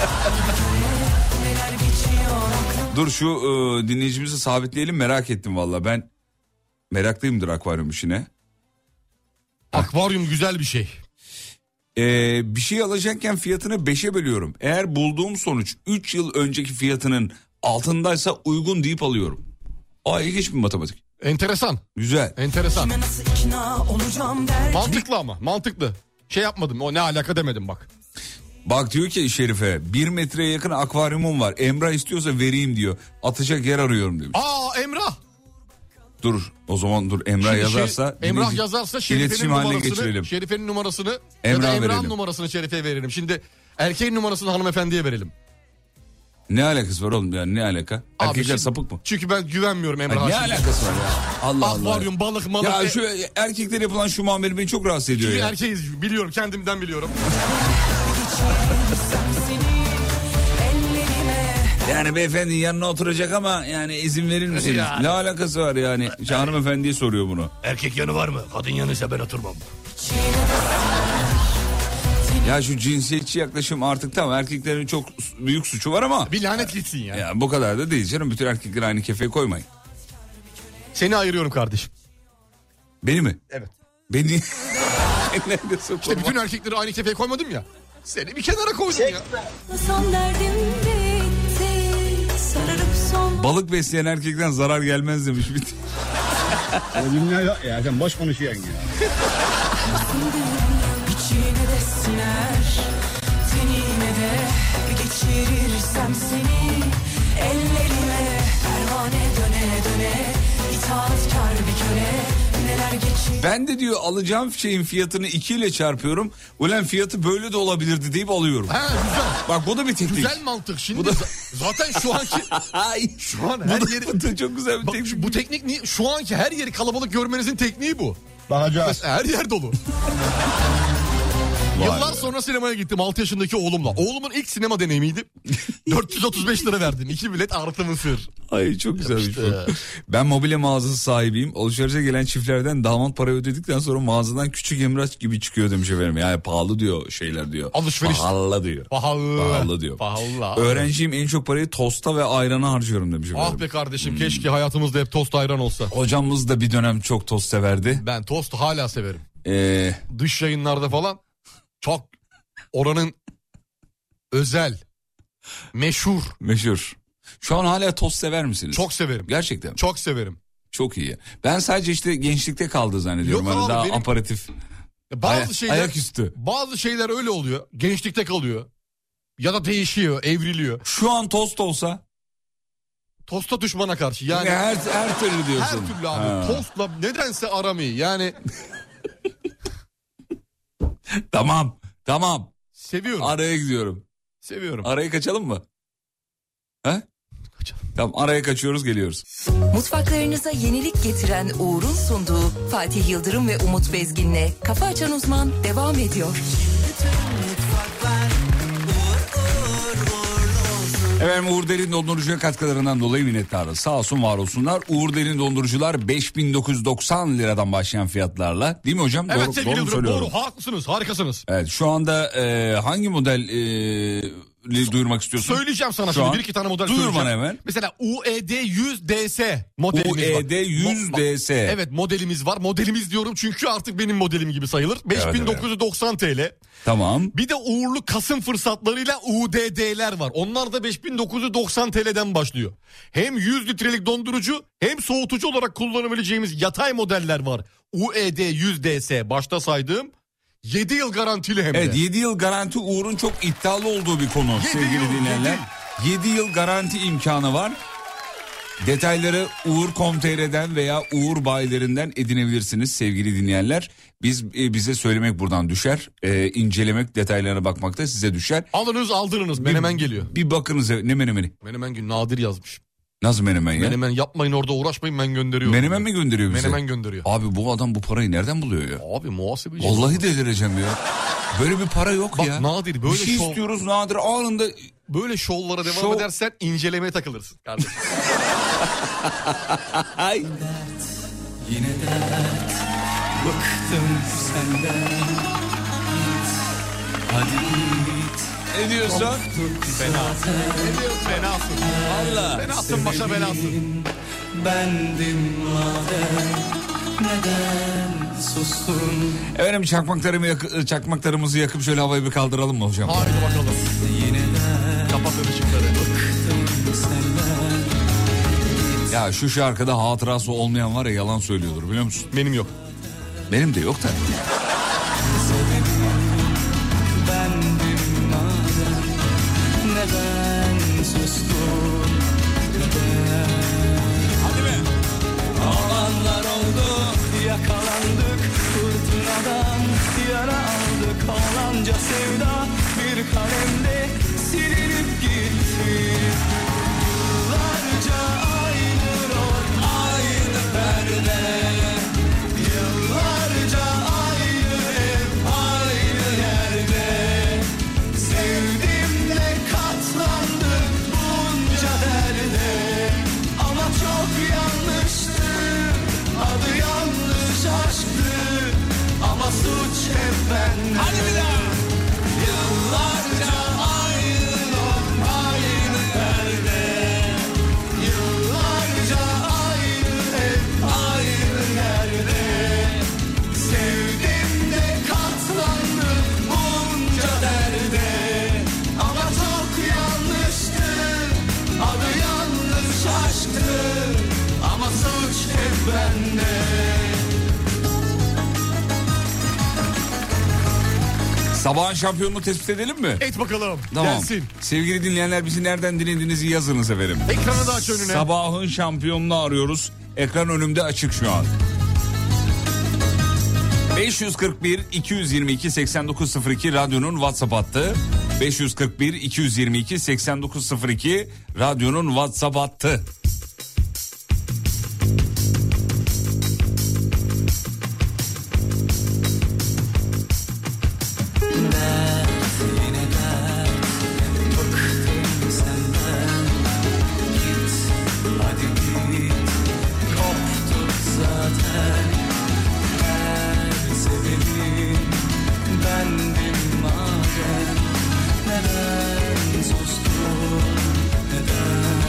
Dur şu dinleyicimizi sabitleyelim, merak ettim valla. Ben meraklıyımdır akvaryum işine. Akvaryum güzel bir şey. Bir şey alacakken fiyatını 5'e bölüyorum. Eğer bulduğum sonuç 3 yıl önceki fiyatının altındaysa uygun deyip alıyorum. İlginç bir matematik. Enteresan. Güzel. Enteresan. Mantıklı ama mantıklı. Şey yapmadım, o ne alaka demedim bak. Bak diyor ki Şerife, 1 metreye yakın akvaryumum var. Emrah istiyorsa vereyim diyor. Atacak yer arıyorum demiş. Emrah. Dur o zaman Emrah yazarsa. Emrah yazarsa Şerife'nin numarasını ya da Emrah'ın numarasını Şerife'ye verelim. Şimdi erkeğin numarasını hanımefendiye verelim. Ne alakası var oğlum yani, ne alaka? Erkekler sapık mı? Çünkü ben güvenmiyorum Emrah'a. Ne alakası var ya? Allah Allah. Akvaryum, balık, malık. Ya şu erkekler yapılan şu muamele beni çok rahatsız ediyor Çünkü ya. erkeğiz, biliyorum, kendimden biliyorum. Yani beyefendi yanına oturacak ama yani izin verir misiniz? Ne alakası var yani? Hanımefendiye soruyor bunu. Erkek yanı var mı? Kadın yanıysa ben oturmam. Ya şu cinsiyetçi yaklaşım artık tamam, erkeklerin çok büyük suçu var ama. Bir lanet gitsin ya. Ya bu kadar da değil canım, bütün erkekleri aynı kefeye koymayın. Seni ayırıyorum kardeşim. Beni mi? Evet. Beni. İşte bütün erkekleri aynı kefeye koymadım ya. Seni bir kenara koydum ya. Son derdim bitti, sararıp son. Balık besleyen erkekten zarar gelmez demiş bir. O dünya yok ya, sen boş konuşuyorsun ya. İçine de siner, tenine de geçirirsem seni. Ellerime pervane döne döne, itaatkar bir köle. Ben de diyor alacağım şeyin fiyatını 2 ile çarpıyorum. Ulan fiyatı böyle de olabilirdi deyip alıyorum. Ha, güzel. Bak bu da bir teknik. Güzel mantık. Şimdi zaten şu anki şu an her yeri çok güzel bir teknik. Bu teknik şu anki her yeri kalabalık görmenizin tekniği bu. Bakacağız. Her yer dolu. Yıllar sonra sinemaya gittim 6 yaşındaki oğlumla. Oğlumun ilk sinema deneyimiydi. 435 lira verdin. 2 bilet artı mısır. Ay çok güzelmiş bu. Ben mobilya mağazası sahibiyim. Alışverişe gelen çiftlerden damat parayı ödedikten sonra mağazadan küçük Emrah gibi çıkıyor demiş efendim. Yani pahalı diyor şeyler diyor. Alışveriş. Pahalı diyor. Pahalı diyor. Pahalı. Öğrenciyim, en çok parayı tosta ve ayrana harcıyorum demiş efendim. Ah be kardeşim, keşke hayatımızda hep tost ayran olsa. Hocamız da bir dönem çok tost severdi. Ben tost hala severim. Dış yayınlarda falan çok oranın özel, meşhur. Şu an hala tost sever misiniz? Çok severim. Gerçekten. Çok severim. Çok iyi. Ben sadece işte gençlikte kaldı zannediyorum. Yok hani abi, daha benim... aparatif. Ayaküstü. Bazı şeyler öyle oluyor. Gençlikte kalıyor. Ya da değişiyor, evriliyor. Şu an tost olsa? Tosta düşmana karşı. Yani her türlü diyorsun. Her türlü abi. Tostla nedense aram iyi. Yani Tamam. Seviyorum. Araya gidiyorum. Seviyorum. Arayı kaçalım mı? He? Kaçalım. Tamam, araya kaçıyoruz, geliyoruz. Mutfaklarınıza yenilik getiren Uğur'un sunduğu Fatih Yıldırım ve Umut Bezgin'le Kafa Açan Uzman devam ediyor. Efendim Uğur Derin Dondurucu'ya katkılarından dolayı minnettarız. Sağ olsun, var olsunlar. Uğur Derin Dondurucular 5990 liradan başlayan fiyatlarla. Değil mi hocam? Evet sevgili Yıldırım, doğru, haklısınız, harikasınız. Evet, şu anda hangi model duyurmak istiyorsun? Söyleyeceğim sana şimdi bir iki tane model söyleyeceğim. Duyur bana hemen. Mesela UED100DS modelimiz var. UED100DS. Evet, modelimiz var. Modelimiz diyorum çünkü artık benim modelim gibi sayılır. 5990 TL. Tamam. Bir de uğurlu Kasım fırsatlarıyla UDD'ler var. Onlar da 5990 TL'den başlıyor. Hem 100 litrelik dondurucu hem soğutucu olarak kullanabileceğimiz yatay modeller var. UED100DS başta saydığım 7 yıl garantili hem de. Evet, 7 yıl garanti Uğur'un çok iddialı olduğu bir konu sevgili dinleyenler. 7 yıl garanti imkanı var. Detayları Uğur.com.tr'den veya Uğur bayilerinden edinebilirsiniz sevgili dinleyenler. Bize söylemek buradan düşer. İncelemek, detaylarına bakmak da size düşer. Alınız aldırınız, menemen geliyor. Bir bakınız, ne menemeni? Menemen gün Nadir yazmış. Nasıl menemen ya? Menemen yapmayın orada uğraşmayın ben gönderiyorum. Menemen mi gönderiyor bize? Menemen gönderiyor. Abi bu adam bu parayı nereden buluyor ya? Abi muhasebeci. Vallahi delireceğim ya. Böyle bir para yok Bak, ya. nadir böyle bir şey istiyoruz nadir anında. Böyle şovlara devam edersen incelemeye takılırsın kardeşim. Yine dert, bıktım senden. Hadi git. Ne diyorsun? Fenasın. Ne diyorsun? Fenasın. Valla. Fenasın, başa belasın. Bendim madem, neden sustun? Efendim çakmaklarımızı yakıp şöyle havayı bir kaldıralım mı hocam? Haydi bakalım. Yine de Kapatın ışıkları. bıktım senden. Ya şu şarkıda hatırası olmayan var ya yalan söylüyordur biliyor musun? Benim yok. Benim de yok da. Bendim madem, neden sustun? Neden? Hadi be. Olanlar oldu, yakalandık fırtınadan, yara aldık olanca sevda, bir kalemde silinip gitti. Yıllarca aynı rol, aynı perde, yıllarca aynı ev, aynı yerde. Sevdim de katlandık bunca derde, ama çok yanlıştı, adı yanlış aşktı, ama suç hep bende. Hadi bir daha. Yıllarca aynı rol, aynı perde, yıllarca aynı ev, aynı yerde. Sevdim de katlandım bunca derde, ama çok yanlıştı, adı yanlış aşktı, ama suç hep bende. Sabahın şampiyonunu tespit edelim mi? Et bakalım. Tamam. Gelsin. Sevgili dinleyenler bizi nereden dinlediğinizi yazınız efendim. Ekranı da aç önüne. Sabahın şampiyonunu arıyoruz. Ekran önümde açık şu an. 541 222 8902 radyonun WhatsApp hattı. 541 222 8902 radyonun WhatsApp hattı. Yine dert, bıktım senden. Git, hadi git, koptuk zaten. Her sebebim bendim madem, neden sustun, neden?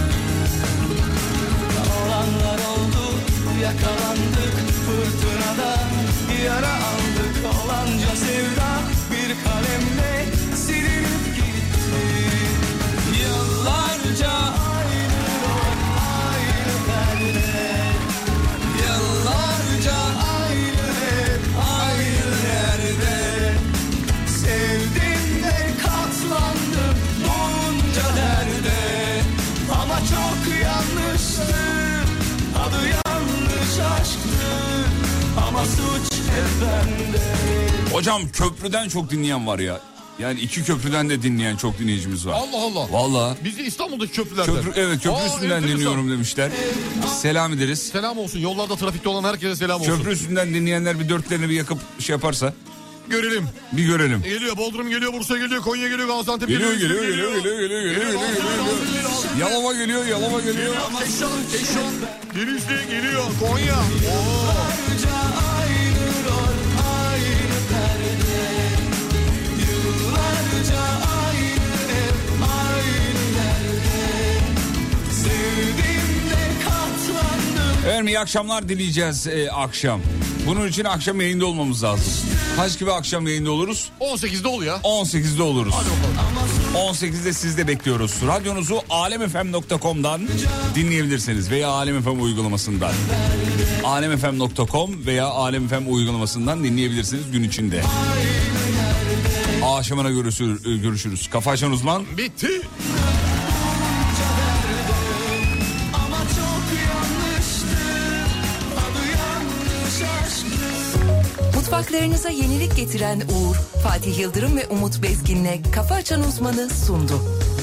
Olanlar oldu, yakalandık fırtınadan, yara aldık olanca sevda, bir kalemle silinip gitti. Yıllarca aynı rol, aynı perde, yıllarca aynı ev, aynı yerde. Sevdim de katlandım bunca derde, ama çok yanlıştı, adı yanlış aşktı, ama suç hep bende. Hocam köprüden çok dinleyen var ya. Yani iki köprüden de dinleyen çok dinleyicimiz var. Allah Allah. Vallahi. Biz de İstanbul'daki köprülerden. Köprü üstünden dinliyorum demişler. Selam ederiz. Selam olsun. Yollarda trafikte olan herkese selam olsun. Köprü üstünden dinleyenler bir dörtlerini bir yakıp şey yaparsa. Görelim. Bir görelim. Geliyor Bodrum geliyor, Bursa geliyor, Konya geliyor, Gaziantep Geliyor. geliyor. Yalova geliyor. Keşan. Denizli geliyor, Konya. Oo. Aynı rol, aynı perde, yıllarca aynı ev, aynı yerde. Sevdim de katlandım. Efendim iyi akşamlar dileyeceğiz akşam. Bunun için akşam yayında olmamız lazım. Kaç gibi akşam yayında oluruz? 18'de ol ya. 18'de oluruz. Hadi bakalım. 18'de siz de bekliyoruz. Radyonuzu alemfm.com'dan dinleyebilirsiniz veya Alem FM uygulamasından. alemfm.com veya Alem FM uygulamasından dinleyebilirsiniz gün içinde. Akşamına görüşürüz. Kafa Açan Uzman. Bitti. Ama çok yanlıştı, adı yanlış aşktı. Mutfaklarınıza yenilik getiren Uğur, Fatih Yıldırım ve Umut Bezgin'le Kafa Açan Uzman'ı sundu.